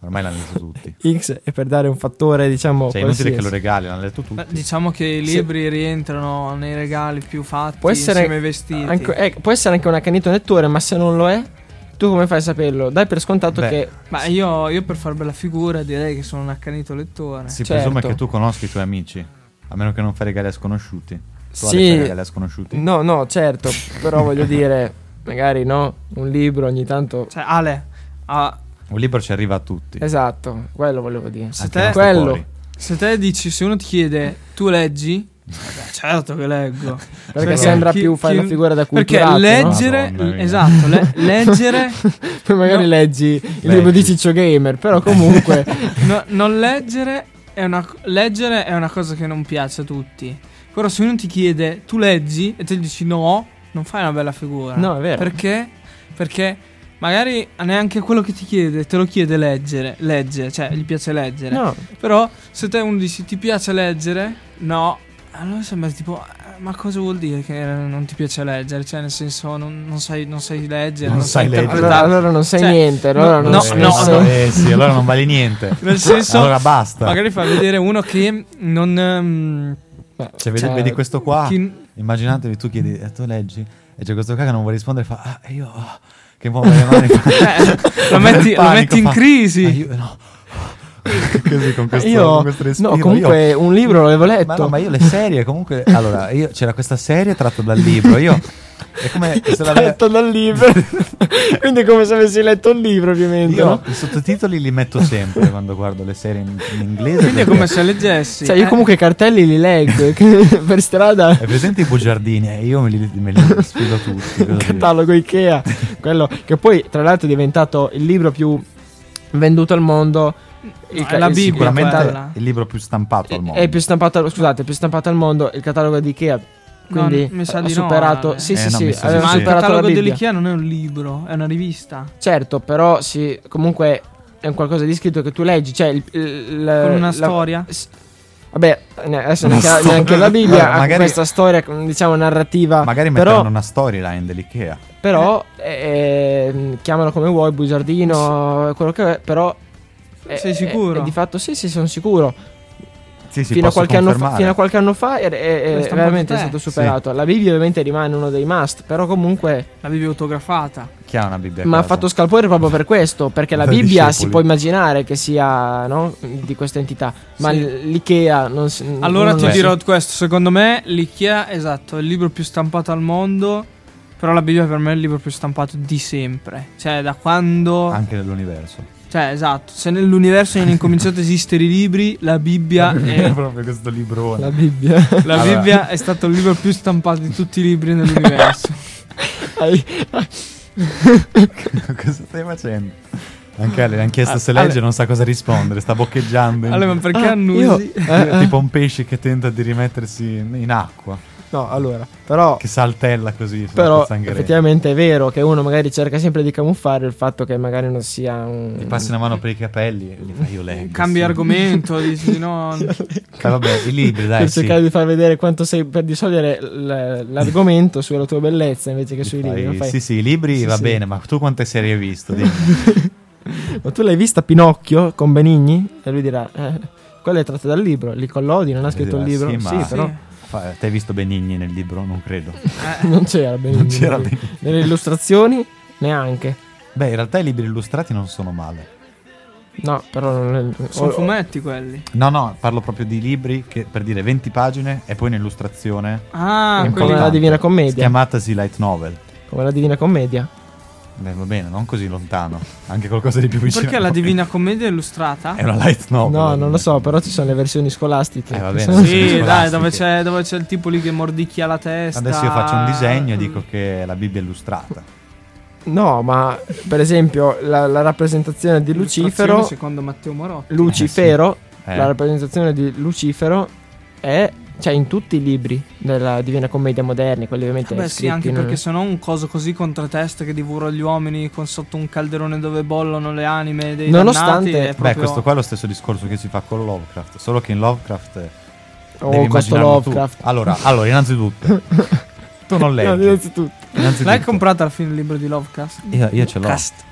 Ormai l'hanno letto tutti. X è per dare un fattore, diciamo, Cioè è inutile qualsiasi. che lo regali, l'hanno letto tutti. Beh, diciamo che i libri rientrano nei regali più fatti Può essere insieme ai vestiti. anche, eh, può essere anche un accanito lettore, ma se non lo è, tu come fai a saperlo? Dai per scontato Beh, che Ma io, io per far bella figura direi che sono un accanito lettore. Si certo. presume che tu conosca i tuoi amici, a meno che non fai regali a sconosciuti. Tu Sì. Ale, fai regali a sconosciuti? no, no, certo, però voglio dire, magari no, un libro ogni tanto. Cioè, Ale, ah, Un libro ci arriva a tutti. Esatto, quello volevo dire. se Anche i te, nostri quello. cuori. se te dici, se uno ti chiede, tu leggi? Beh, certo che leggo. Perché Cioè, sembra chi- più fai chi- la figura da Perché culturato, no? leggere, Madonna mia. esatto, le- leggere, Poi magari No. leggi il Leggi. libro di Ciccio Gamer, però comunque no- non leggere è una, leggere è una cosa che non piace a tutti. Però se uno ti chiede, tu leggi e te gli dici no, non fai una bella figura. No, è vero. Perché? Perché magari neanche quello che ti chiede te lo chiede leggere, legge, cioè gli piace leggere. no, Però se te uno dici ti piace leggere, no, allora sembra tipo, eh, ma cosa vuol dire che non ti piace leggere? Cioè nel senso non, non sai, non sai leggere, Non non, sai leggere. allora, allora non sai Cioè, niente, allora no, non no, sai- no, non no. sai- Eh sì, allora non vale niente. Nel senso, Allora basta. magari fa vedere uno che non... ehm, Cioè, vedi, Cioè, vedi questo qua. chi- Immaginatevi, tu chiedi, e tu leggi, e c'è questo qua che non vuole rispondere, fa, ah, e io, oh", che muove le mani. fa- eh, lo metti, Il lo panico, metti in fa, crisi. "Ah, io, no. Così con questo, io con questo respiro. no, comunque Io- un libro l'avevo letto. Ma no, ma io le serie comunque. Allora, io, c'era questa serie tratta dal libro. Io. È come se la letto dal libro. Quindi è come se avessi letto un libro, ovviamente, Io no? i sottotitoli li metto sempre quando guardo le serie in, in inglese. Quindi è perché- come se leggessi. Cioè, io eh. comunque i cartelli li leggo che per strada. È presente i bugiardini? E io me li, me li sfido tutti. Il così. catalogo Ikea, quello che poi tra l'altro è diventato il libro più venduto al mondo. Il No, ca- è la il- Bibbia, Sicuramente quella. il libro più stampato al mondo. È più stampato, scusate, è più stampato al mondo il catalogo di Ikea. No, Quindi mi sa ha di no, superato. Ale. Sì, Eh, sì, no, sì, mi sa di aveva sì. Ma il superato la catalogo Bibbia. dell'Ikea non è un libro, è una rivista. Certo, però sì, comunque è un qualcosa di scritto che tu leggi, cioè il, il- il- Con una la- storia? s- Vabbè, ne- adesso Una neanche, storia. neanche la Bibbia Guarda, ha magari- questa storia, diciamo, narrativa. Magari però, metteranno una storyline dell'Ikea. però eh, chiamalo come vuoi, bugiardino, quello che è, però è- Sei è- sicuro? è di fatto sì, sì, sono sicuro. Sì, sì, fino, a posso qualche anno fa, confermare. fino a qualche anno fa è, è- è L'hai stampato veramente te? stato superato. La Bibbia ovviamente rimane uno dei must, però comunque La Bibbia autografata. Chi ha una Bibbia a ma ha casa? fatto scalpore proprio per questo, perché la Da Bibbia discepoli. si può immaginare che sia, no, di questa entità, ma Sì. l- l'Ikea non si, Allora non ti è- dirò questo, secondo me l'Ikea, esatto, è il libro più stampato al mondo, però la Bibbia per me è il libro più stampato di sempre. Cioè, da quando... Anche nell'universo. Cioè, esatto, se nell'universo hanno incominciato a esistere i libri, la Bibbia È è... proprio questo librone. la Bibbia. La Allora. Bibbia è stato il libro più stampato di tutti i libri nell'universo. Hai- Cosa stai facendo? Anche Ale le hanno chiesto Ah, se legge Ale- e non sa cosa rispondere, sta boccheggiando. in- Allora, ma perché Ah, annusi? io- eh, eh. tipo un pesce che tenta di rimettersi in in acqua, no, allora, però che saltella così sulla però pozzanghere. effettivamente è vero che uno magari cerca sempre di camuffare il fatto che magari non sia un Ti passi una mano per i capelli e gli fai io leggo. Cambi sì. argomento, dici no... Eh, vabbè, i libri, dai, per sì. cercare di far vedere quanto sei, per dissolvere l- l'argomento sulla tua bellezza invece che Gli sui fai- libri. non fai- Sì, sì, i libri Sì, va sì. bene, ma tu quante serie hai visto? Dimmi. Ma tu l'hai vista Pinocchio con Benigni? E lui dirà, eh, quella è tratta dal libro, lì Collodi non ha scritto il libro. Sì, Sì, ma- però Fa- T'hai visto Benigni nel libro? Non credo. non c'era Benigni. Non c'era nelle- Benigni. Nelle illustrazioni neanche. Beh, in realtà i libri illustrati non sono male. No, però non Sono o- fumetti quelli. No, no, parlo proprio di libri che per dire venti pagine e poi un'illustrazione Ah, come quelli... la importante. Divina Si Commedia. chiamatasi light novel. Come la Divina Commedia. Beh, va bene, non così lontano. Anche qualcosa di più vicino. Perché la Divina Commedia è illustrata? È una light novel. No, non lo so, però ci sono le versioni scolastiche. Eh, va che bene, sono- sì. Sì, scolastiche. dai, dove c'è, dove c'è il tipo lì che mordicchia la testa. Adesso io faccio un disegno e dico che la Bibbia è illustrata. No, ma per esempio la, la rappresentazione di Illustrazione Lucifero, secondo Matteo Morotti. Lucifero, Eh. la rappresentazione di Lucifero è, cioè, in tutti i libri della Divina Commedia moderni, quelli ovviamente Beh sì, scritti anche in- perché se no un coso così con tre teste che divora gli uomini con sotto un calderone dove bollono le anime dei Nonostante- dannati è Beh, proprio... questo qua è lo stesso discorso che si fa con Lovecraft. Solo che in Lovecraft o devi questo immaginarlo tu. Lovecraft. Allora, allora, innanzitutto, tu non No, leggi. innanzitutto. Innanzitutto. L'hai comprato alla fine il libro di Lovecraft? Io, io ce l'ho. Cast.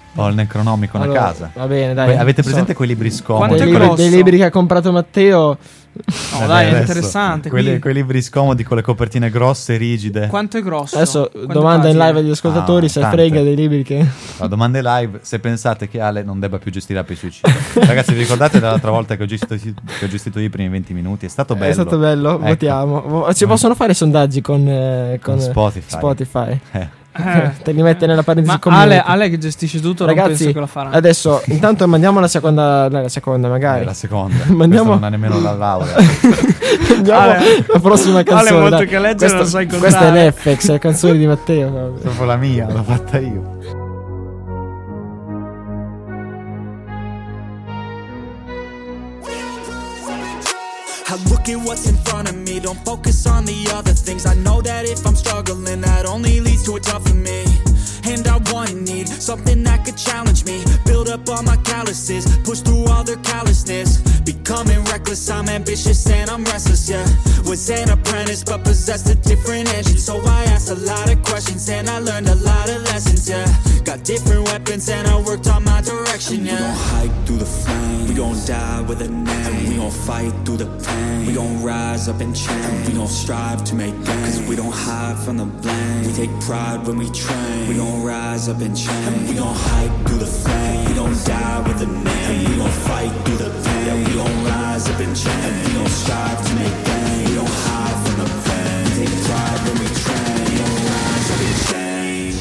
Ho il Necronomicon Allora, a casa. Va bene, dai. Que- avete So- presente quei libri scomodi? Quanto dei è libri, grosso? dei libri che ha comprato Matteo. No, Eh, dai, è adesso, interessante. Quelli, Quindi, quei libri scomodi con le copertine grosse e rigide. quanto è grosso? Adesso Quante domanda in pagine? live agli ascoltatori Ah, se tante. frega dei libri che... La domanda è live, se pensate che Ale non debba più gestire Ape Suicidio. Ragazzi, vi ricordate dall'altra volta che ho gestito, che ho gestito io i primi venti minuti? È stato bello. È stato bello, Ecco. votiamo. Vo- Ci possono fare sondaggi con, eh, con, Con Spotify. Spotify. Eh. Eh. Te li mette nella parentesi Ma community. Ale, Ale che gestisce tutto, non Ragazzi, penso che la farà. adesso intanto mandiamo la seconda, dai, la seconda magari. Eh, la seconda. Mandiamo- Questa non ha nemmeno la laurea. Andiamo Ale- la prossima canzone. Ale, molto dai. che leggere Questo- non sai Questa è incontrare. l'Effex, le canzoni di Matteo. Dopo la mia, l'ho fatta io. I look at what's in front of me, don't focus on the other things. I know that if I'm struggling, that only leads to a tougher me. And I want and need something that could challenge me. Build up all my calluses, push through all their callousness. Becoming reckless, I'm ambitious and I'm restless, yeah. Was an apprentice but possessed a different engine. So I asked a lot of questions and I learned a lot of lessons, yeah. Got different weapons and I worked on my direction, yeah. We gon' hike through the flame, we gon' die with a name. We gon' fight through the pain, we gon' rise up and change. We gon' strive to make gains, cause we don't hide from the blame. We take pride when we train, we gon' rise up and change. We gon' hike through the flame, we gon' die with a name. We gon' fight through the pain, we gon' rise up and change. We gon' strive to make gains, we don't hide from the pain. We take pride when we train, we gon' rise up and change.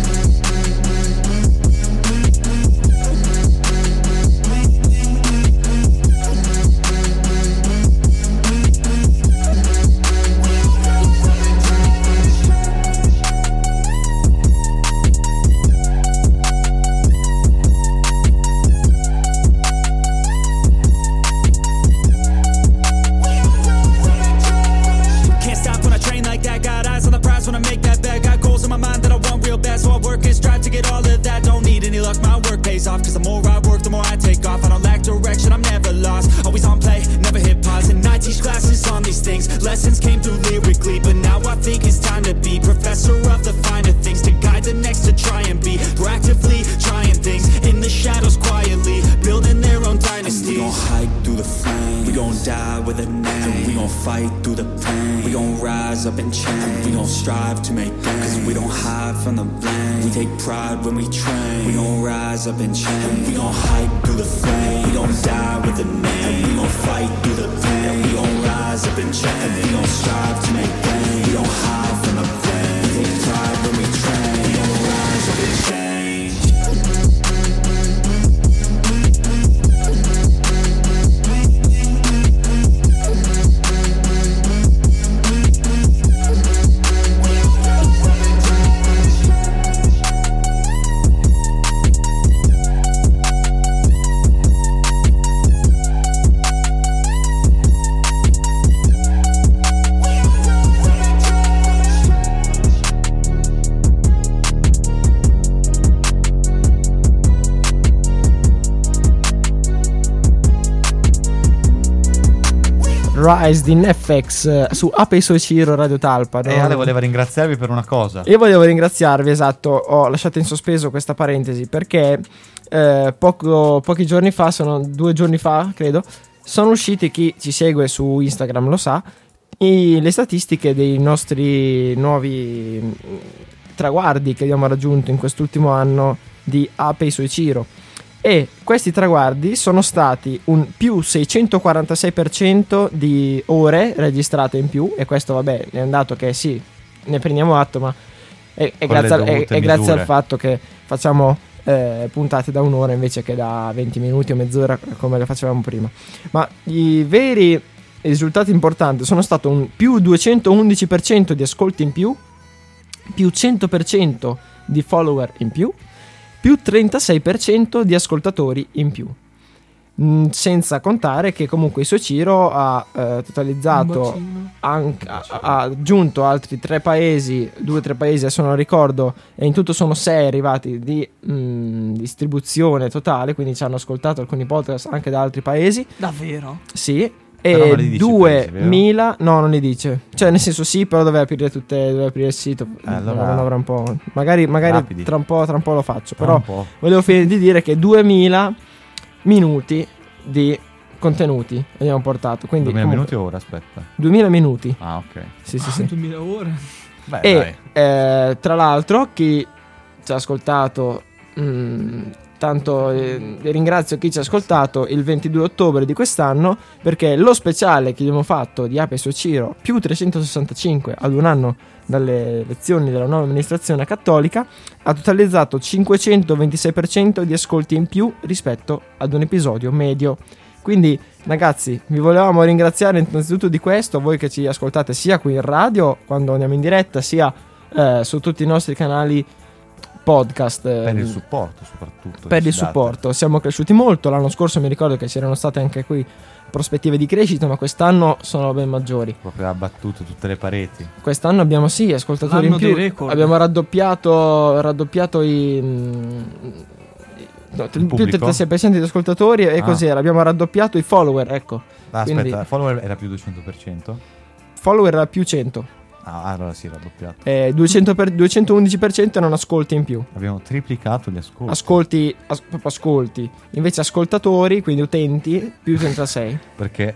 Can't stop when I train like that. Got eyes on the prize when I make that bet. Got goals in my mind that I want real bad, so I work and strive to get all of that. Don't need any luck, my work pays off. Cause the more I work, the more I take off. I don't lack direction, I'm never lost. Always on play, never hit pause. And I teach classes on these things. Lessons came through lyrically, but now I think it's time to be professor of the finer things. To guide the next to try and be proactively trying things in the shadows quietly, building their own dynasty. We gon' hike through the flame, we gon' die with a name. We gon' fight through the pain, we gon' rise up and change. We gon' strive to make gains, cause we don't hide from the blame. We take pride when we train, we gon' rise up and change. We gon' hike through the flame, we gon' die with a name. We gon' fight through the pain, we gon' rise up and change. We gon' strive to make gains, we don't hide from the blame. We take pride when we train, we gon' rise up and change. Rise di Netflix eh, su Ape Suicidio Radio Talpa, no? E Ale voleva ringraziarvi per una cosa. Io volevo ringraziarvi, esatto, ho lasciato in sospeso questa parentesi perché eh, poco- pochi giorni fa, sono due giorni fa credo, sono usciti, chi ci segue su Instagram lo sa, i- le statistiche dei nostri nuovi mh, traguardi che abbiamo raggiunto in quest'ultimo anno di Ape Suicidio. E questi traguardi sono stati un più seicentoquarantasei per cento di ore registrate in più, e questo vabbè è un dato che sì, ne prendiamo atto, ma è, è Con grazie, le al, è- dovute è grazie misure. al fatto che facciamo eh, puntate da un'ora invece che da venti minuti o mezz'ora come le facevamo prima. Ma i veri risultati importanti sono stato un più duecentoundici per cento di ascolti in più, più cento per cento di follower in più, più trentasei per cento di ascoltatori in più. Mm, senza contare che comunque Isociro ha eh, totalizzato, anche, ha, ha aggiunto altri tre paesi, due o tre paesi adesso non ricordo, e in tutto sono sei arrivati di mm, distribuzione totale, quindi ci hanno ascoltato alcuni podcast anche da altri paesi. Davvero? Sì, Però non li E dice i paesi, vero? duemila, no, non li dice. Cioè, nel senso, sì, però doveva aprire tutte, doveva aprire il sito. Eh, allora- non avrà un po'. Magari, magari Rapidi. tra un po', tra un po' lo faccio. Tra Però un po'. volevo finire di dire che duemila minuti di contenuti abbiamo portato. Quindi duemila comunque, minuti o ora? Aspetta. duemila minuti. Ah, ok. Sì, sì, sì. duemila ore. Beh, E dai. eh, tra l'altro, chi ci ha ascoltato, mh, tanto eh, ringrazio chi ci ha ascoltato il ventidue ottobre di quest'anno, perché lo speciale che abbiamo fatto di Ape e suo Ciro più trecentosessantacinque ad un anno dalle elezioni della nuova amministrazione cattolica ha totalizzato cinquecentoventisei per cento di ascolti in più rispetto ad un episodio medio. Quindi ragazzi, vi volevamo ringraziare innanzitutto di questo, voi che ci ascoltate sia qui in radio quando andiamo in diretta, sia eh, su tutti i nostri canali podcast. eh, Per il supporto soprattutto. per che il ci date. supporto. Siamo cresciuti molto. L'anno scorso mi ricordo che c'erano state anche qui prospettive di crescita, ma quest'anno sono ben maggiori. Proprio ha battuto tutte le pareti. Quest'anno abbiamo sì ascoltatori L'anno in più. dei record. Abbiamo raddoppiato raddoppiato i mm, no, più pubblico? trentasei per cento di ascoltatori e Ah. cos'era? Abbiamo raddoppiato i follower, ecco. Ah, Quindi- aspetta, follower era più duecento per cento? Follower era più cento. Ah, allora sì, raddoppiato. Eh, duecento per, duecentoundici per cento erano ascolti in più. Abbiamo triplicato gli ascolti. Ascolti, as- proprio ascolti. Invece ascoltatori, quindi utenti, più trentasei. Perché è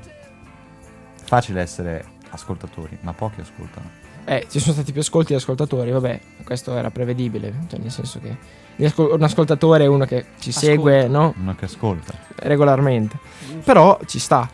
facile essere ascoltatori, ma pochi ascoltano. Eh, ci sono stati più ascolti di ascoltatori, vabbè, questo era prevedibile, cioè nel senso che gli ascol- un ascoltatore è uno che ci Ascolta. segue, no? Uno che ascolta. Regolarmente. Però ci sta.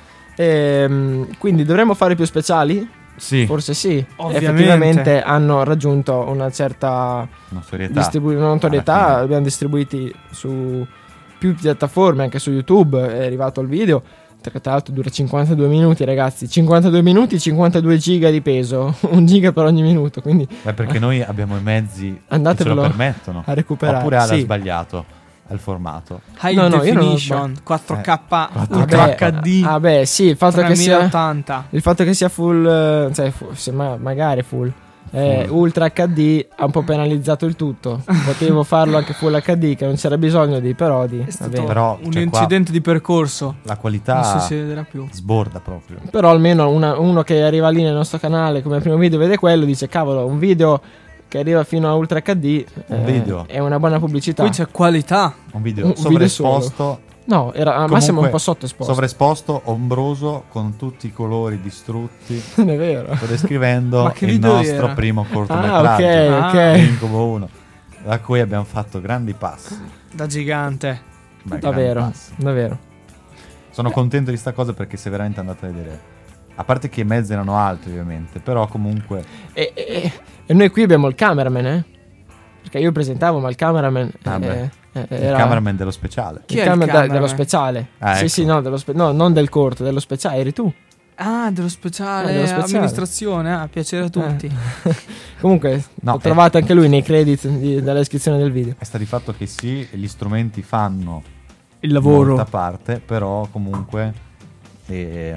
Ehm, quindi dovremmo fare più speciali? Sì, Forse sì. Ovviamente. Effettivamente hanno raggiunto una certa notorietà. distribu- Alla notorietà, fine. abbiamo distribuiti su più piattaforme, anche su YouTube è arrivato il video. Tra l'altro dura cinquantadue minuti, ragazzi. cinquantadue minuti, cinquantadue giga di peso. Un giga per ogni minuto. Quindi Beh, perché noi abbiamo i mezzi che ce Andatevelo lo permettono. a recuperare. Oppure Ala ha Sì. sbagliato al formato. High No, no, io non ho definition, quattro K, quattro Ultra Vabbè, H D, ah, beh, sì, il fatto che sia tremila ottanta. il fatto che sia full, eh, cioè, fu- se ma- magari full, eh, Full. Ultra H D ha un po' penalizzato il tutto. Potevo farlo anche Full H D, che non c'era bisogno di, però di. È va stato bene. Però, un cioè, qua- incidente di percorso. La Non qualità si vedrà più. sborda proprio. Però almeno una- uno che arriva lì nel nostro canale come primo video vede quello, dice cavolo, un video che arriva fino a Ultra H D Un eh, video. è una buona pubblicità. Poi c'è qualità. Un video Un video sovraesposto, No, era al comunque, massimo un po' sottoesposto. sovraesposto, ombroso, con tutti i colori distrutti. Non è vero. Sto descrivendo Ma che il video nostro era? primo Ah, cortometraggio. ok, ok. Ah. Incubo uno, da cui abbiamo fatto grandi passi. Da gigante. Beh, grandi Davvero, passi. davvero. Sono contento di sta cosa perché se veramente andate a vedere, a parte che i mezzi erano alti ovviamente, però comunque E, e- e noi qui abbiamo il cameraman, eh? Perché io presentavo, ma il cameraman Ah, eh, beh. eh, il era cameraman dello speciale. Chi il è il camera- da- cameraman? dello speciale. Ah, sì, ecco. sì, no, dello spe- no, non del corto, dello speciale, eri tu. Ah, dello speciale, Eh, dello speciale. amministrazione. Ah, piacere a tutti. Eh. Comunque, No, lo eh. trovate anche lui nei credit di- della descrizione del video. E sta di fatto che sì, gli strumenti fanno Il lavoro. molta parte, però comunque eh,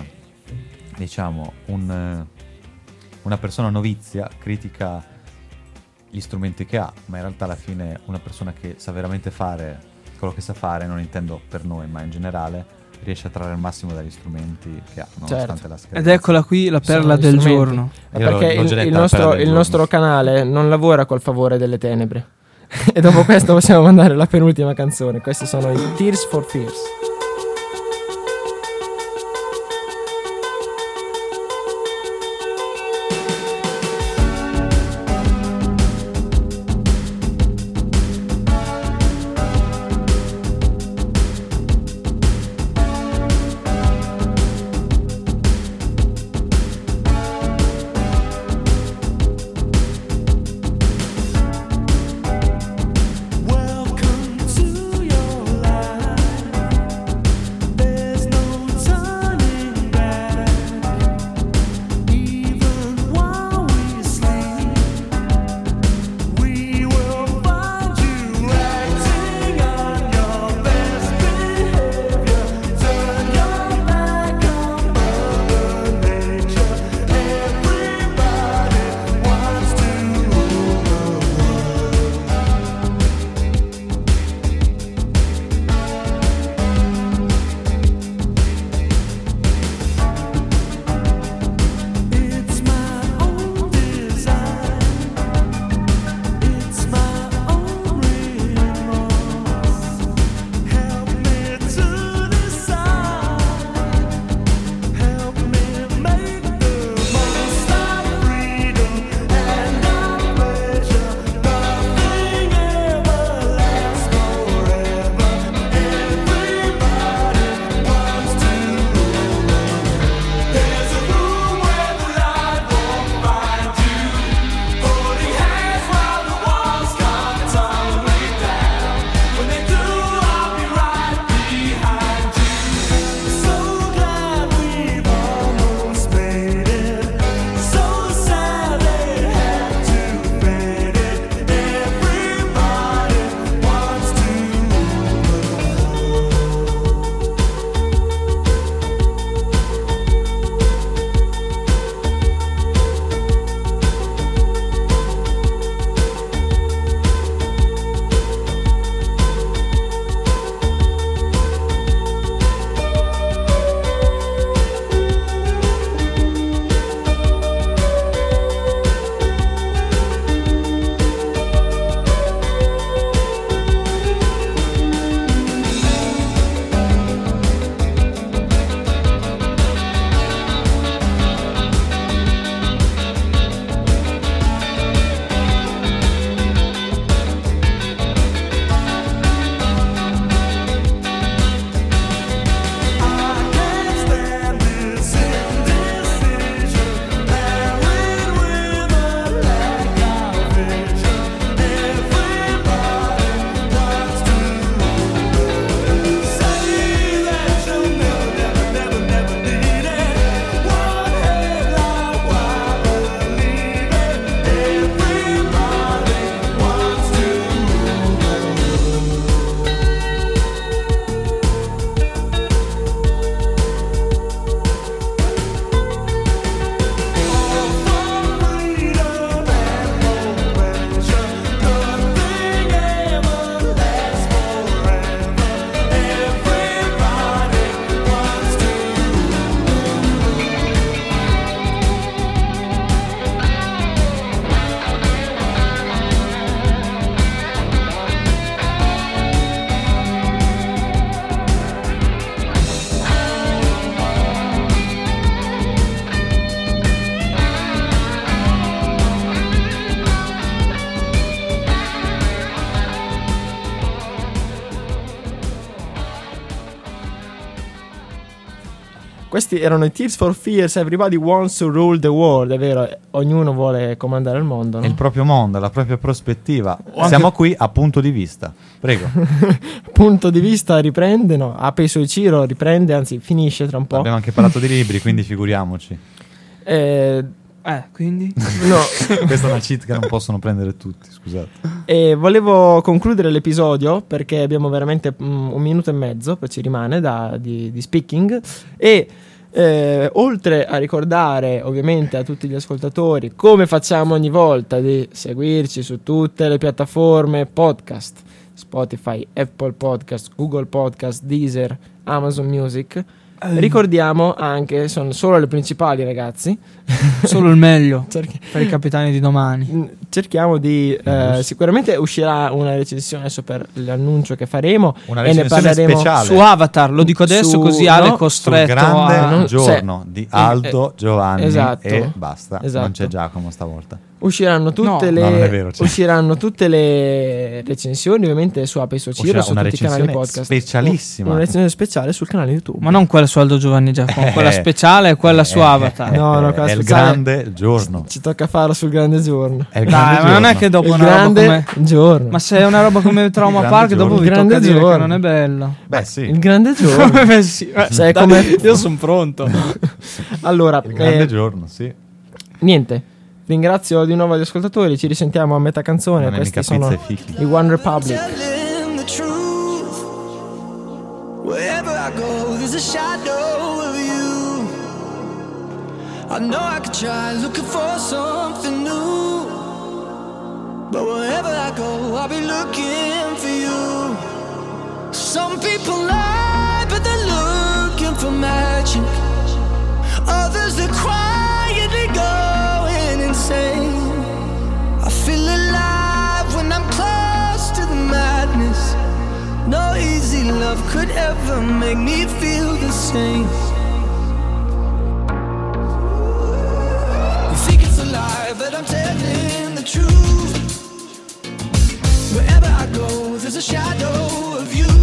diciamo un, eh, una persona novizia critica gli strumenti che ha, ma in realtà alla fine una persona che sa veramente fare quello che sa fare, non intendo per noi ma in generale, riesce a trarre il massimo dagli strumenti che ha, nonostante Certo. la Ed scadenza. eccola qui la Sono perla gli del strumenti. giorno. Ma Io l'ho- perché l'ho il, già detta il la nostro, perla del il giorno. nostro canale non lavora col favore delle tenebre. E dopo questo possiamo mandare la penultima canzone. Questi sono i Tears for Fears. Welcome to your life. questi erano i Tears for Fears. Everybody wants to rule the world. È vero, ognuno vuole comandare il mondo, no? È il proprio mondo, la propria prospettiva. O Siamo anche- qui a punto di vista. Prego. Punto di vista riprende, no? Ape Soichiro riprende, anzi finisce tra un po'. Abbiamo anche parlato di libri, quindi figuriamoci. Eh, Eh, quindi? no. Questa è una cheat che non possono prendere tutti, scusate. E volevo concludere l'episodio perché abbiamo veramente mm, un minuto e mezzo, poi ci rimane da, di, di speaking. E eh, oltre a ricordare ovviamente a tutti gli ascoltatori, come facciamo ogni volta, di seguirci su tutte le piattaforme podcast, Spotify, Apple Podcast, Google Podcast, Deezer, Amazon Music. Ricordiamo anche, sono solo le principali, ragazzi. Solo il meglio Cerchi- per i capitani di domani. Cerchiamo di eh, sicuramente uscirà una recensione adesso per l'annuncio che faremo Una e ne recensione parleremo speciale. Su Avatar, lo dico adesso Su- così Ale no, è costretto Sul grande a... non- giorno se- di Aldo, eh, Giovanni esatto. e basta. Esatto. Non c'è Giacomo stavolta. usciranno tutte No. le No, non è vero, cioè. usciranno tutte le recensioni ovviamente su Ape Soichiro, Uscirà su una tutti i canali recensione podcast, specialissima. una recensione speciale sul canale YouTube. Ma non quella su Aldo Giovanni Giacomo, quella Eh. speciale è quella su Eh, Avatar. eh, No, no, eh, quella è il speciale- grande giorno. Ci tocca farlo sul grande giorno. È il Dai, grande ma non è giorno. che dopo Il una roba grande come... giorno. Ma se è una roba come Trauma grande Park, giorno. dopo vi Il grande tocca dire giorno. che non è bella. Beh, sì. Il grande giorno. Beh, sì, eh, Sai dai, come- io sono pronto. Allora, Il grande eh, giorno, sì. niente. Ringrazio di nuovo gli ascoltatori. Ci risentiamo a metà canzone. Non è Questi mica sono pizza e fichi. i One Republic. Telling the truth. Wherever I go, there's a shadow of you. I know I could try looking for something new, but wherever I go, I'll be looking for you. Some people lie, but they're looking for magic. Others are quietly going insane. I feel alive when I'm close to the madness. No easy love could ever make me feel the same. You think it's a lie, but I'm telling the truth. Wherever I go, there's a shadow of you.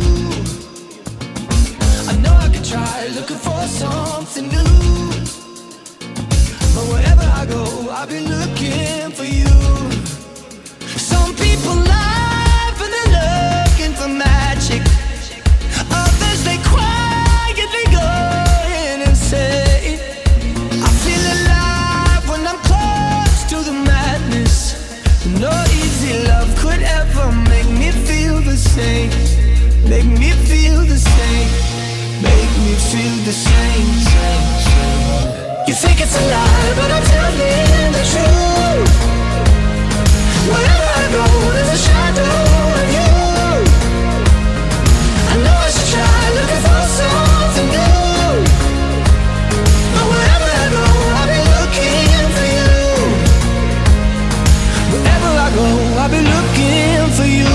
I know I could try looking for something new, but wherever I go, I'll be looking for you. Some people lie, but they're looking for magic. Others, they quietly go in and say, I feel alive when I'm close to the madness. No easy love could ever make me feel the same. Make me feel the same. Make me feel the same, same, same. You think it's a lie, but I'm telling the truth. Wherever I go, there's a shadow of you. I know I should try looking for something new, but wherever I go, I'll be looking for you. Wherever I go, I'll be looking for you.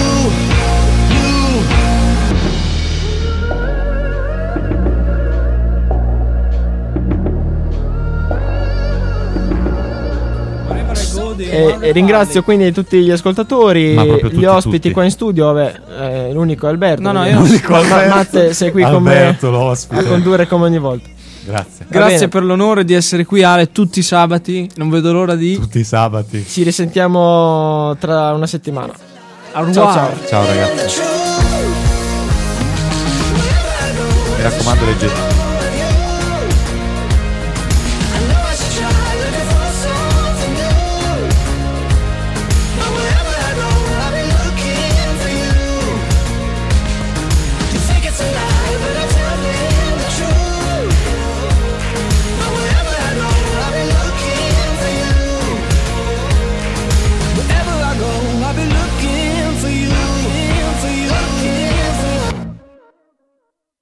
E, e ringrazio quindi tutti gli ascoltatori, Ma proprio tutti, gli ospiti tutti. qua in studio. Vabbè, eh, l'unico è Alberto. No, no, perché- io non dico Ma- Alberto. Matte, sei qui Alberto, come l'ospite. a condurre come ogni volta. Grazie. Va Grazie bene. per l'onore di essere qui Ale tutti i sabati. Non vedo l'ora di... Tutti i sabati. Ci risentiamo tra una settimana. Au Ciao revoir. ciao. Ciao ragazzi. Mi raccomando, leggete.